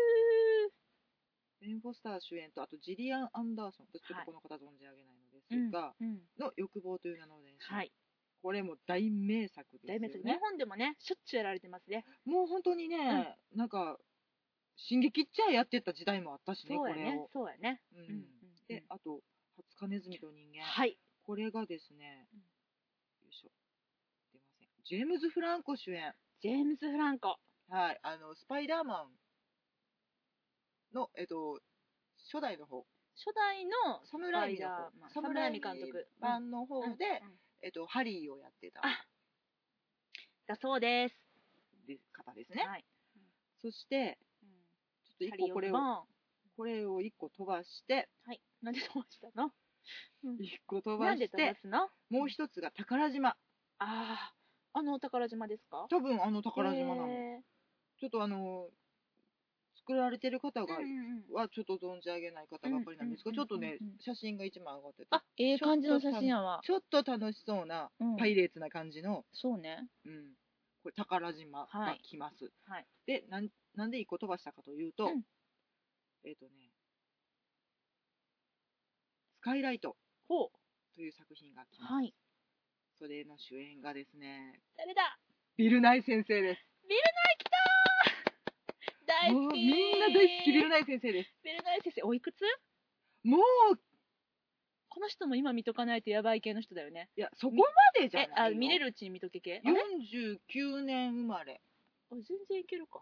ベン・フォスター主演と、あとジリアン・アンダーソン、私ちょっとこの方存じ上げないのですが、の欲望という名の電車。はい。これも大名作ですよね。大名作。 日本でもね、しょっちゅうやられてますね。 もう本当にね、なんか、進撃っちゃやってた時代もあったしね、これを。 そうやね。 で、あと、20日ネズミと人間。 はい。 これがですね、よいしょ。出ません。ジェームズ・フランコ主演。 ジェームズ・フランコ。 はい。スパイダーマンの、初代の方。 初代のサムライミの方。 サムライミ監督版の方で、ハリーをやってた。 だそうです。 方ですね。 はい。 そして、ちょっと一個これを一個飛ばして。 はい。なんで飛ばしたの？ 一個飛ばして。 なんで飛ばすの？ もう一つが宝島。 宝島ですか？ 多分宝島なの。ちょっと作られてる方が、はちょっと存じ上げない方ばかりなんですが、ちょっとね、写真が一枚上がってて。 感じの写真やわ。 ちょっと楽しそうな、パイレーツな感じの。 そうね。 これ、宝島が来ます。 はい。 で、なんで一個飛ばしたかというと、スカイライトという作品が来ます。はい。それの主演がですね、 誰だ？ ビル・ナイ先生です。 ビル・ナイ来たー！大好きー！ みんな大好き、ビル・ナイ先生です。 ビル・ナイ先生、おいくつ？ もう、 この人も今見とかないとやばい系の人だよね。 いや、そこまでじゃないよ。 見れるうちに見とけ系。 49年生まれ。 全然いけるか。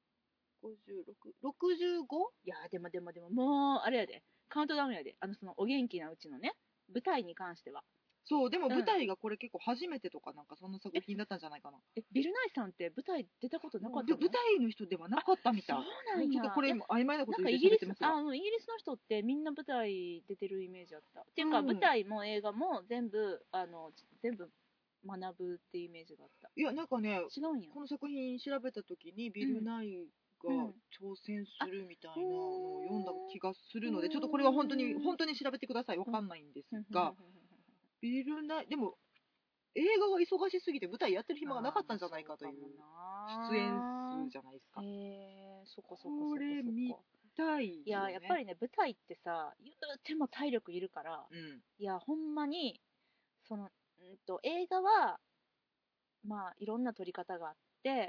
56、65？ いや、でも、もう、あれやで。カウントダウンやで。その、お元気なうちのね、舞台に関しては。 そう、でも舞台がこれ結構初めてとかなんかそんな作品だったんじゃないかな。 ビル・ナイさんって舞台出たことなかったの？ 舞台の人ではなかったみたい。 そうなんや。 ちょっとこれ曖昧なこと言って喋ってますが。イギリスの人ってみんな舞台出てるイメージあった。っていうか、舞台も映画も全部学ぶっていうイメージがあった。 いや、なんかね、 違うんや。 この作品調べた時にビル・ナイが挑戦するみたいなのを読んだ気がするので、ちょっとこれは本当に調べてください。わかんないんですが、ビル・ナイ、でも映画が忙しすぎて舞台やってる暇がなかったんじゃないかという出演数じゃないですか。 そこ。 これ見たいよね。 いや、やっぱりね、舞台ってさ、言うても体力いるから、いや、ほんまに、映画は、まあ、いろんな撮り方があって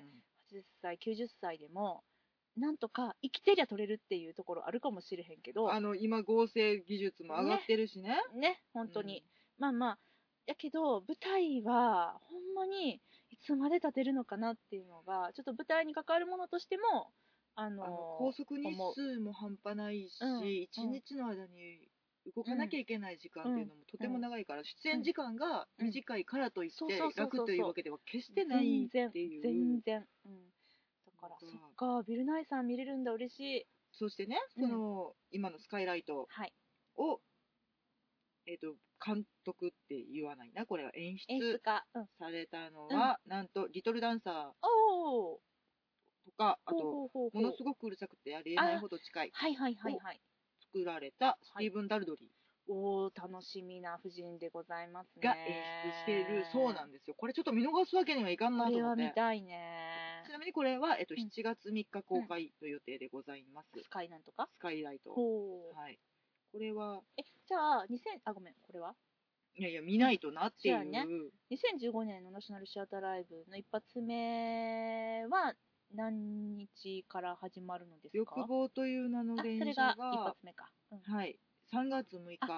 、80歳、90歳でも、なんとか生きてりゃ撮れるっていうところあるかもしれへんけど、 今合成技術も上がってるしね。 本当に。まあ、やけど、舞台は、ほんまに、いつまで立てるのかなっていうのが、ちょっと舞台に関わるものとしても、 拘束日数も半端ないし、一日の間に動かなきゃいけない時間っていうのもとても長いから、出演時間が短いからといって楽というわけでは決してないっていう。 全然。だから、そっか、ビル・ナイさん見れるんだ、嬉しい。 そしてね、今のスカイライトを、監督って言わないな、これは演出されたのは、なんと、リトルダンサーとか、あと、ものすごくうるさくてありえないほど近い。作られたスティーブン・ダルドリー。 楽しみな夫人でございますね。 が演出しているそうなんですよ。これちょっと見逃すわけにはいかんなと思って。 これは見たいね。 ちなみにこれは、7月3日公開の予定でございます。 スカイなんとかスカイライト。はい。これは。 じゃあ、ごめん、これはいや、見ないとなっていう。 2015年のナショナルシアターライブの一発目は何日から始まるのですか？ 欲望という名の電車が、 それが一発目か。 はい、3月6日。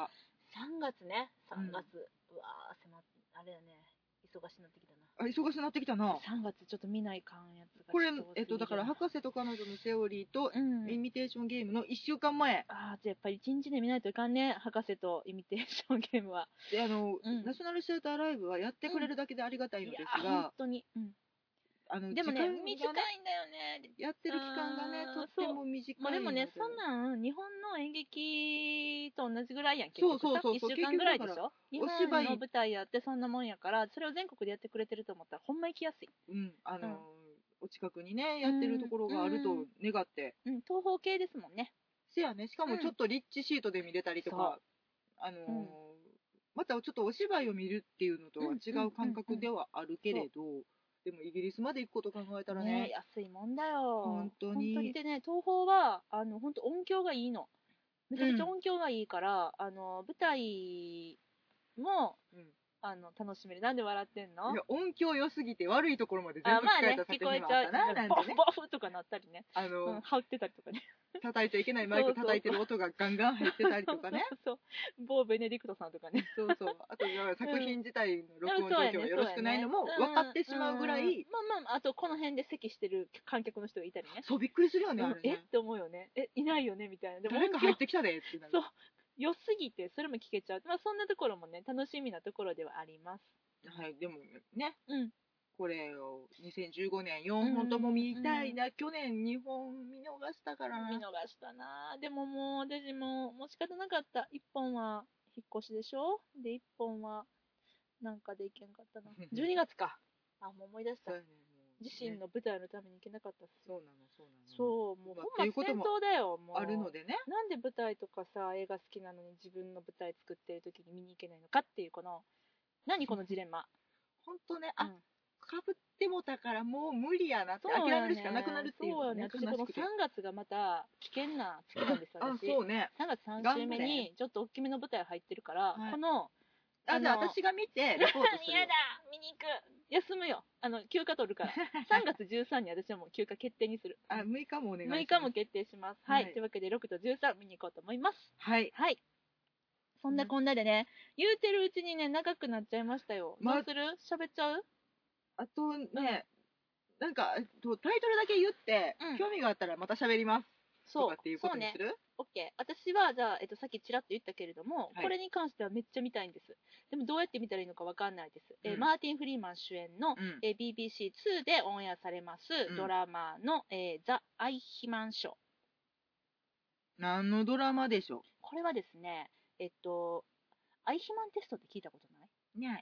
3月ね、3月。うわー、あれだね、忙しくなってきたな。 忙しくなってきたな。 3月ちょっと見ないかんやつがこれ、だから、博士と彼女のセオリーと、イミテーションゲームの1週間前。 じゃあやっぱり1日で見ないといかんね、博士とイミテーションゲームは。 で、ナショナルシアターライブはやってくれるだけでありがたいのですが、 本当に。でもね、短いんだよね。 やってる期間がね、とっても短いので。 でもね、そんなん日本の演劇と同じぐらいやん、結局さ。1週間ぐらいでしょ。日本の舞台やってそんなもんやから、それを全国でやってくれてると思ったらほんま行きやすい。 お近くにね、やってるところがあると願って。 東方系ですもんね。 せやね、しかもちょっとリッチシートで見れたりとか、またちょっとお芝居を見るっていうのとは違う感覚ではあるけれど、でもイギリスまで行くこと考えたらね、 安いもんだよ。 本当に。 でね、東宝は本当音響がいいの。めちゃくちゃ音響がいいから、舞台も、楽しめる。なんで笑ってんの？ いや、音響良すぎて悪いところまで全部聞こえた作品もあったな、なんてね。 ボフとかなったりね。羽打ってたりとかね。 叩いちゃいけないマイク叩いてる音がガンガン入ってたりとかね。 某ベネディクトさんとかね。 あと作品自体の録音状況がよろしくないのも分かってしまうぐらい。 あとこの辺で席してる観客の人がいたりね。 そう、びっくりするよね、あれね。 って思うよね。いないよねみたいな。でも誰か入ってきたでってなる。 そう。良すぎてそれも聞けちゃう。そんなところもね、楽しみなところではあります。 はい、でもね、これを2015年4本とも見たいな。去年2本見逃したからな。 見逃したな。でももう私も仕方なかった。1本は引っ越しでしょ。で1本はなんかで行けんかったな。12月か。もう思い出した。自身の舞台のために行けなかったっす。 そう、 もうほんま戦闘だよ。もうあるのでね。 なんで舞台とかさ、映画好きなのに自分の舞台作ってる時に見に行けないのかっていう何このジレンマ。 ほんとね、かぶってもたからもう無理やなって諦めるしかなくなるっていうのね。 私この3月がまた危険な月なんです私。 そうね。 3月3週目にちょっと大きめの舞台入ってるから、このじゃあ私が見てレポートするよ。 やだ、見に行く。休むよ。休暇取るから。3月13に私はもう休暇決定にする。 6日もお願いします。 6日も決定します。はい。というわけで6と13見に行こうと思います。 はい。 はい。そんなこんなでね、言うてるうちにね、長くなっちゃいましたよ。どうする？喋っちゃう？ あとね、なんか、タイトルだけ言って、興味があったらまた喋ります。とかっていうことにする？ オッケー。私は、じゃあ、さっきちらっと言ったけれども、これに関してはめっちゃ見たいんです。でも、どうやって見たらいいのかわかんないです。マーティン・フリーマン主演の、BBC2 でオンエアされます、ドラマの、ザ・アイヒマンショー。 何のドラマでしょう？ これはですね、アイヒマンテストって聞いたことない？ ない。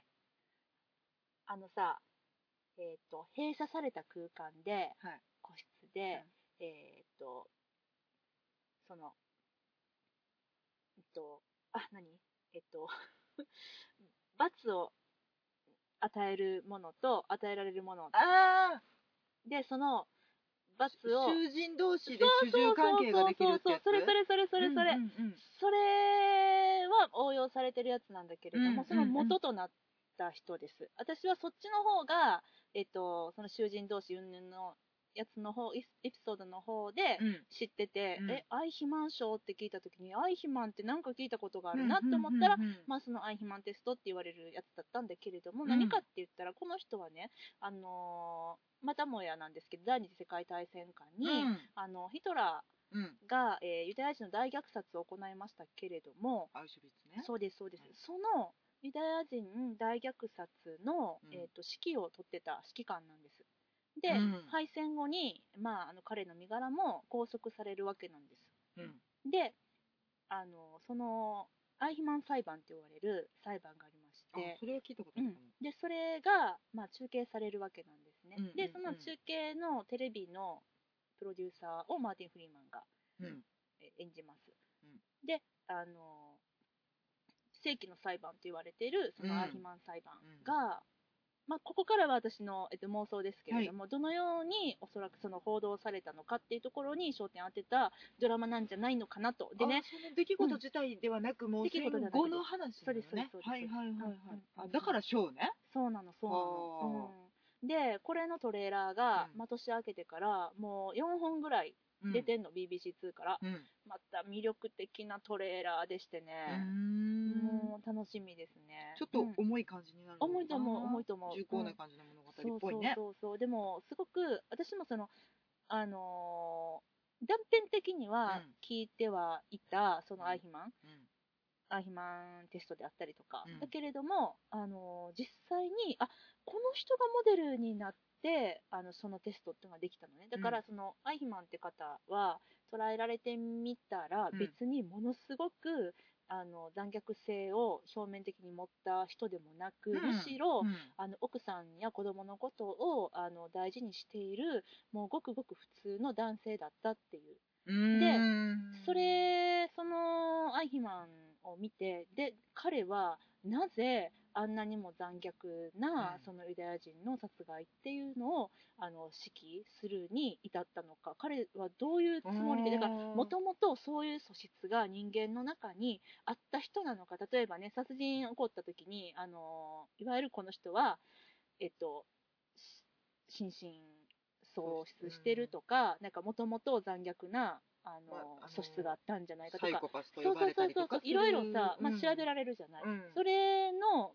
閉鎖された空間で、個室で、罰を与えるものと与えられるもので、その罰を囚人同士で主従関係ができるってやつ。 それは応用されてるやつなんだけれども、その元となった人です。私はそっちの方がその囚人同士云々のやつの方、エピソードの方で知ってて、アイヒマン賞って聞いた時に、アイヒマンってなんか聞いたことがあるなって思ったら、そのアイヒマンテストって言われるやつだったんだけれども、何かって言ったら、この人はね、またもやなんですけど、第二次世界大戦下に、ヒトラーが、ユダヤ人の大虐殺を行いましたけれども、 アウシュビッツね。 そうです。そのユダヤ人大虐殺の、指揮を取ってた指揮官なんです。で、敗戦後に、彼の身柄も拘束されるわけなんです。で、そのアイヒマン裁判と言われる裁判がありまして、 それを聞いたことあるかも。 で、それが、中継されるわけなんですね。で、その中継のテレビのプロデューサーをマーティン・フリーマンが、演じます。で、世紀の裁判と言われているそのアイヒマン裁判が、ここからは私の、妄想ですけれども、どのようにおそらくその報道されたのかっていうところに焦点を当てたドラマなんじゃないのかなと。でね、 その出来事自体ではなく、もう戦後の話なのね。 そうです。 だからショーね。 そうなの。 でこれのトレーラーが、 うん年明けてからもう4本ぐらい出てんの、BBC2 から、 うんまた魅力的なトレーラーでしてね、もう楽しみですね。 ちょっと重い感じになるのかな、 重いと思う、重いと思う。 重厚な感じの物語っぽいね。 そうでもすごく私もその断片的には聞いてはいた、そのアイヒマンテストであったりとか、だけれども、実際にこの人がモデルになってそのテストっていうのができたのね。だからそのアイヒマンって方は捉えられてみたら、別にものすごく残虐性を表面的に持った人でもなく、むしろ、奥さんや子供のことを大事にしている、もうごくごく普通の男性だったっていう。でそのアイヒマンを見て、で彼はなぜあんなにも残虐な、そのユダヤ人の殺害っていうのを指揮するに至ったのか、彼はどういうつもりで、だからもともとそういう素質が人間の中にあった人なのか。例えばね、殺人起こった時にいわゆるこの人は心神喪失してるとか、なんかもともと残虐な素質があったんじゃないかとか、 サイコパスと呼ばれたりとかいろいろさ、調べられるじゃない、それの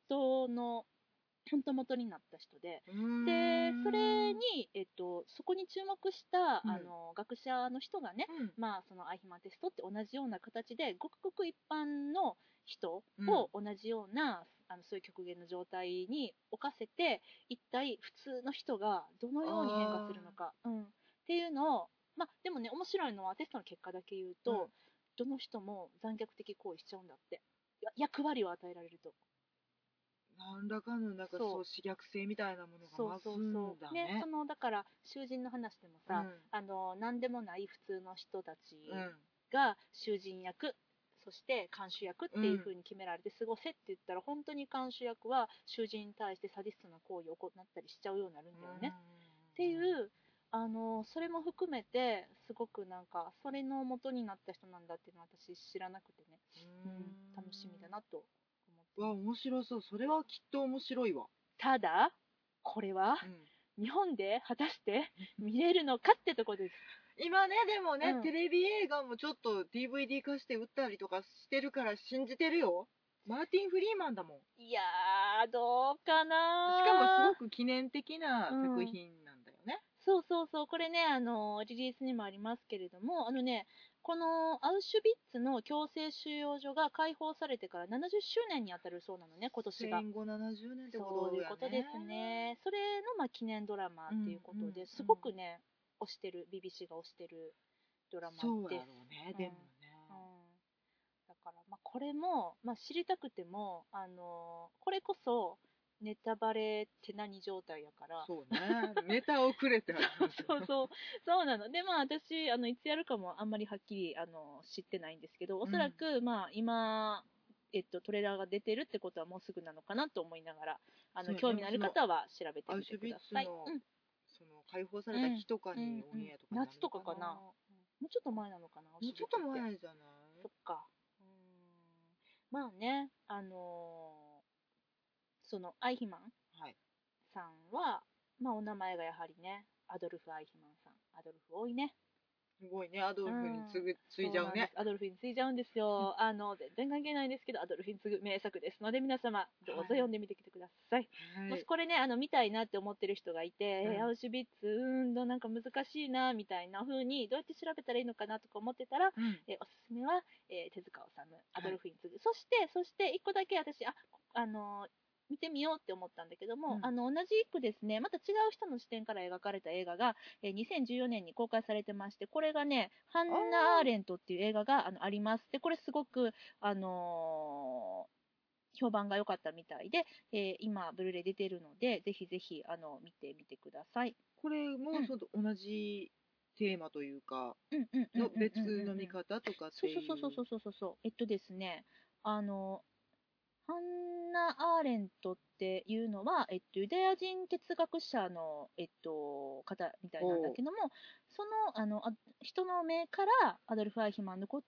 本当元になった人で、それに、そこに注目した、学者の人がね、そのアイヒマンテストって同じような形でごくごく一般の人を同じような、そういう極限の状態に置かせて、一体普通の人がどのように変化するのか、っていうのを、でもね、面白いのはテストの結果だけ言うと、どの人も残虐的行為しちゃうんだって。役割を与えられると。 何らかのそう刺激性みたいなものが増すんだね。 だから囚人の話でもさ、何でもない普通の人たちが囚人役、そして看守役っていう風に決められて過ごせって言ったら、本当に看守役は囚人に対してサディストな行為を行ったりしちゃうようになるんだよね。っていうそれも含めてすごくなんかそれの元になった人なんだっていうのは私知らなくてね、楽しみだなと。 面白そう。それはきっと面白いわ。 ただこれは、日本で果たして見れるのかってとこです。 今ね、でもね、テレビ映画もちょっと DVD 化して売ったりとかしてるから信じてるよ。マーティン・フリーマンだもん。 いやー、どうかな。 しかもすごく記念的な作品なんだよね。 そう、これね、リリースにもありますけれども、このアウシュビッツの強制収容所が解放されてから70周年に当たるそうなのね、今年が。 戦後70年ってことそういうことですね。それの記念ドラマっていうことで、すごくね、BBC が推してるドラマです。 そうやろうね、でもね。 だから、これも、知りたくても、これこそ、ネタバレって何状態やから。 そうね。ネタをくれってそうなの。で、私、いつやるかもあんまりはっきり、知ってないんですけど、おそらく、今、トレーラーが出てるってことはもうすぐなのかなと思いながら、興味のある方は調べてみてください。 その解放された日とかにオンエアとか夏とかかな。もうちょっと前なのかな。もうちょっと前じゃない。 そっか。ね、そのアイヒマンさんは、お名前がやはりね、アドルフ・アイヒマンさん。アドルフ多いね。 すごいね、アドルフに継いじゃうね。 アドルフに継いじゃうんですよ。全然関係ないんですけど、アドルフに継ぐ名作ですので、皆様、どうぞ読んでみてきてください。もしこれね、見たいなって思ってる人がいて、アウシュビッツ、なんか難しいな、みたいな風に、どうやって調べたらいいのかなとか思ってたら、おすすめは、手塚治虫、アドルフに継ぐ。そして、一個だけ私、見てみようって思ったんだけども、同じくですね、また違う人の視点から描かれた映画が、2014年に公開されてまして、これがね、ハンナ・アーレントっていう映画があります。で、これすごく、評判が良かったみたいで、今、ブルーレイ出てるので、ぜひぜひ、見てみてください。 これも、同じテーマというか、別の見方とかっていう。 そう。ですね、ハンナ・アーレントっていうのは、ユダヤ人哲学者の、方みたいなんだけども、その、人の目からアドルフ・アイヒマンのこ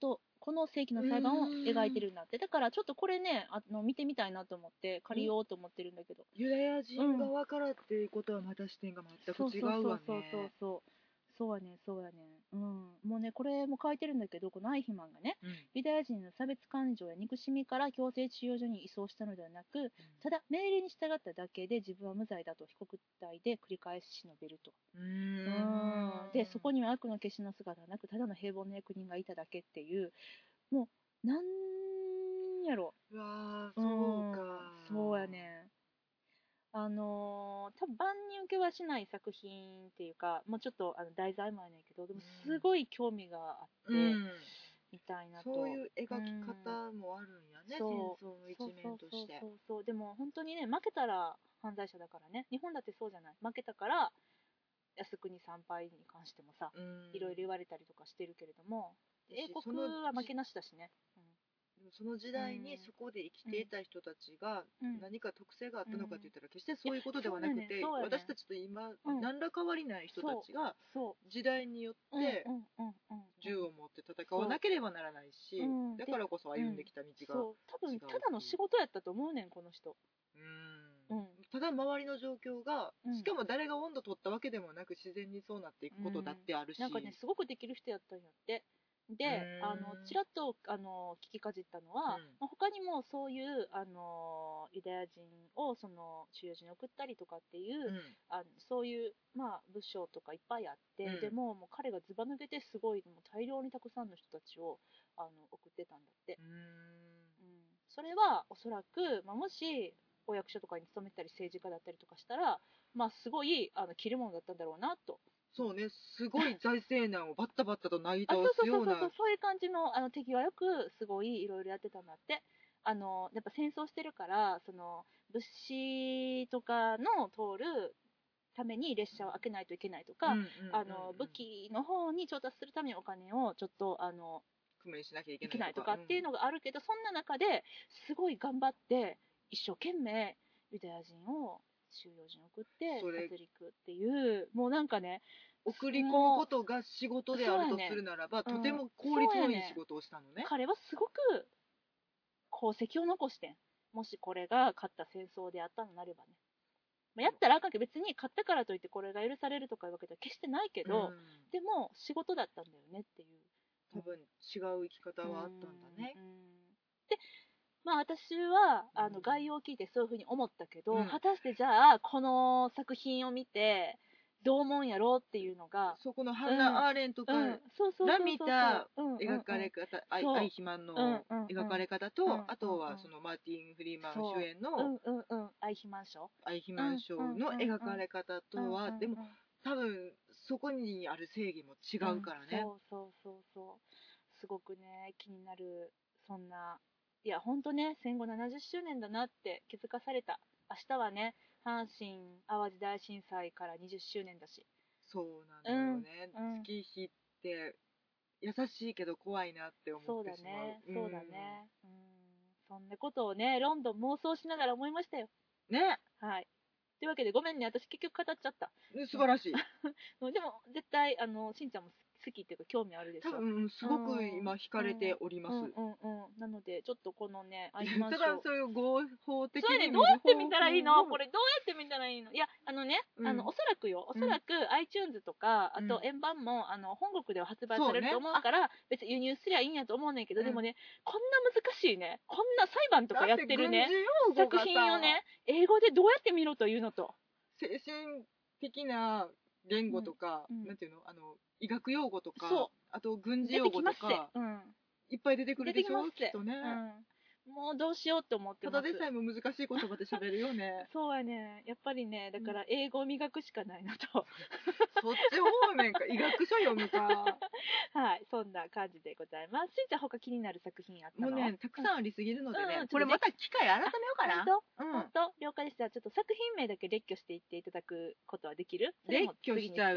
この世紀の裁判を描いてるんだって。だからちょっとこれね見てみたいなと思って借りようと思ってるんだけど、 ユダヤ人側からっていうことはまた視点が全く違うわね。 そうやねそうやね。もうねこれも書いてるんだけど、このアイヒマンがね、ユダヤ人の差別感情や憎しみから強制収容所に移送したのではなく、ただ命令に従っただけで自分は無罪だと被告体で繰り返し述べると。でそこには悪の消しの姿はなく、ただの平凡な役人がいただけっていう、もうなんやろ。 うわー、そうか。 そうやね。多分万人受けはしない作品っていうか、もうちょっと題材もあるんやけど、でもすごい興味があって、みたいなと。 そういう描き方もあるんやね、戦争の一面として。 そうでも本当にね、負けたら犯罪者だからね。日本だってそうじゃない。負けたから靖国参拝に関してもさ、いろいろ言われたりとかしてるけれども、英国は負けなしだしね。 その時代にそこで生きていた人たちが何か特性があったのかといったら決してそういうことではなくて、私たちと今何ら変わりない人たちが時代によって銃を持って戦わなければならないし、だからこそ歩んできた道が違う。 多分ただの仕事やったと思うねん、この人。 ただ周りの状況が、しかも誰が温度取ったわけでもなく自然にそうなっていくことだってあるし、 なんかねすごくできる人やったんやって。でちらっと聞きかじったのは、他にもそういうユダヤ人をその収容所に送ったりとかっていう、そういう、部署とかいっぱいあって、でもう彼がずば抜けてすごいもう大量にたくさんの人たちを送ってたんだって。それはおそらく、もしお役所とかに勤めたり政治家だったりとかしたら、すごい切るものだったんだろうなと。 そうね、すごい財政難をバッタバッタとなぎ倒すようなそういう感じの手際よくすごいいろいろやってたんだって。やっぱ戦争してるから、その物資とかの通るために列車を開けないといけないとか、武器の方に調達するためにお金をちょっと工面しなきゃいけないとかっていうのがあるけど、そんな中ですごい頑張って一生懸命ユダヤ人を収容所に送って殺戮っていう、もうなんかね、 送り込むことが仕事であるとするならば、とても効率のいい仕事をしたのね。 彼はすごく功績を残してん。もしこれが勝った戦争であったのなればね。やったらあかんけど、別に勝ったからといってこれが許されるとかいうわけでは決してないけど、でも仕事だったんだよねっていう。 多分違う生き方はあったんだね。 で私は概要を聞いてそういうふうに思ったけど、果たしてじゃあこの作品を見てどう思うんやろうっていうのが、 そこのハンナ・アーレントから見た描かれ方、アイヒマンの描かれ方と、あとはそのマーティン・フリーマン主演のアイヒマン賞の描かれ方とは、でも多分そこにある正義も違うからね。 すごくね気になる。そんな、いや本当ね、戦後70周年だなって気づかされた。明日はね、阪神・淡路大震災から20周年だし。 そうなのよね。月日って優しいけど怖いなって思ってしまう。 そうだね。そんなことをね、ロンドン妄想しながら思いましたよ。 ね。 はい。というわけでごめんね、私結局語っちゃった。 素晴らしい。 でも絶対しんちゃんも好きっていうか興味あるでしょ。 多分すごく今惹かれております。 なのでちょっとこのね、 アイヒマン賞。ただそういう合法的にそうやね、どうやって見たらいいの？これどうやって見たらいいの？いやおそらく iTunes とかあと円盤も本国では発売されると思うから、別に輸入すりゃいいんやと思うねんけど、でもねこんな難しいね、こんな裁判とかやってるね作品をね英語でどうやって見ろというのと、 精神的な言語とか、なんていうの、医学用語とか、あと軍事用語とか、いっぱい出てくるでしょ、きっとね。 もうどうしようって思ってます。 ただでさえも難しい言葉で喋るよね。 そうやね、やっぱりね、だから英語を磨くしかないなと。 そっち方面か、医学書読むか。 はい、そんな感じでございます。しんちゃん他気になる作品あったの？ もうね、たくさんありすぎるのでね、これまた機会改めようかな。 本当了解でした。ちょっと作品名だけ列挙していっていただくことはできる？ 列挙しちゃう？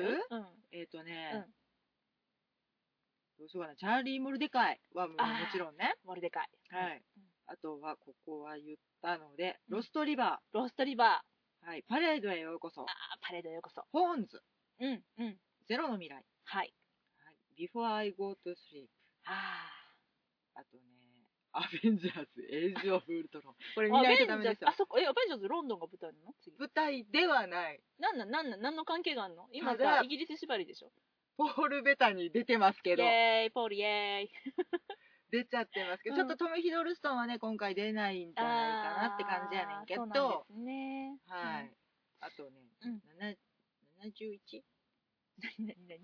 どうしようかな。チャーリー・モルデカイはもちろんね。 モルデカイ。 はい。あとは、ここは言ったので、ロストリバー。ロストリバー。はい。パレードへようこそ。 パレードへようこそ。 ホーンズ。ゼロの未来。 はい。 Before I go to sleep。 あとね、アベンジャーズ、エイジ・オブ・ウルトロン。これ見ないとダメですよ。 あそこ、アベンジャーズロンドンが舞台なの次。 舞台ではない。 何の関係があんの今たださ、イギリス縛りでしょ。 ポール・ベタニー出てますけど。 イエーイ、ポールイエーイ。 出ちゃってますけど、ちょっとトム・ヒドルストンはね、今回出ないんじゃないかなって感じやねんけど。 そうなんですね。 はい。あとね、71? 何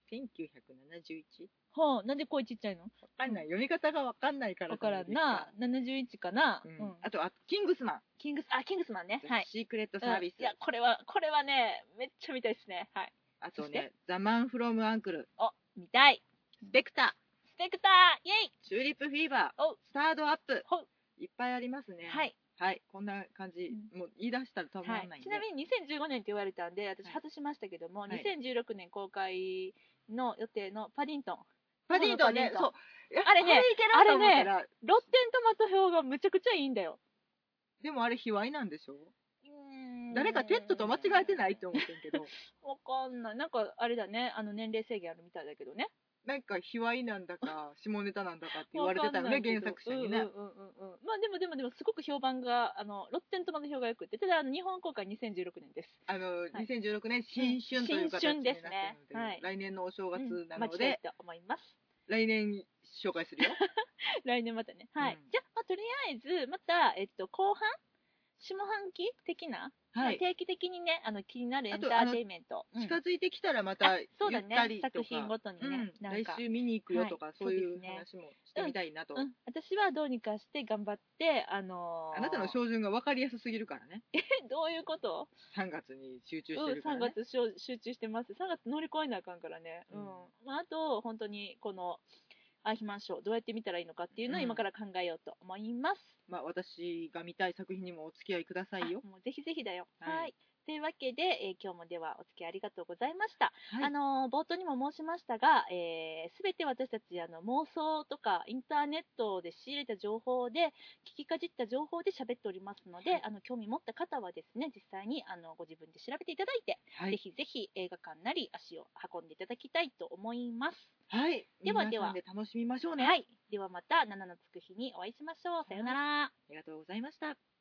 1971? はあ、なんで声ちっちゃいの？ わかんない。読み方がわかんないから。 わからんな。71かな。 あと、キングスマン。 キングスマンね。はい。 シークレットサービス。 いや、これはね、めっちゃ見たいですね。はい。 あとね、ザ・マン・フロム・アンクル。 見たい。 スペクター、イェイ。 チューリップ・フィーバー。スタードアップ。いっぱいありますね。はい。はい、こんな感じ。もう言い出したら止まらないんで。 ちなみに2015年って言われたんで、私外しましたけども、2016年公開の予定のパディントンね、そう。あれね、ロッテントマト票がむちゃくちゃいいんだよ。 でもあれ、卑猥なんでしょ？誰かテッドと間違えてないって思ってんけど。 わかんない。なんかあれだね、年齢制限あるみたいだけどね。 なんか卑猥なんだか下ネタなんだかって言われてたよね、原作者にね。 まあでもすごく評判がロッテントマト評が良くて、ただ日本公開2016年です。 2016年新春という形になってるので、来年のお正月なので、 待ちたいと思います。 来年紹介するよ。 来年またね。はい。じゃあ、とりあえずまた後半下半期的な、定期的にね、気になるエンターテインメント近づいてきたらまた言ったりとか、 作品ごとにね、 来週見に行くよとか、そういう話もしてみたいなと。 私はどうにかして頑張って、 あなたの照準が分かりやすすぎるからね。 どういうこと？ 3月に集中してるからね。 3月集中してます。3月乗り越えなあかんからね。あと本当にこのアーヒマンショーどうやって見たらいいのかっていうのを今から考えようと思います。 私が見たい作品にもお付き合いくださいよ。 もうぜひぜひだよ。はい。というわけで、今日もではお付き合いありがとうございました。冒頭にも申しましたが、すべて私たち妄想とかインターネットで仕入れた情報で、聞きかじった情報で喋っておりますので、興味持った方はですね、実際にご自分で調べていただいて、ぜひぜひ映画館なり足を運んでいただきたいと思います。 はい。では楽しみましょうね。 はい。ではまた7のつく日にお会いしましょう。さようなら。 ありがとうございました。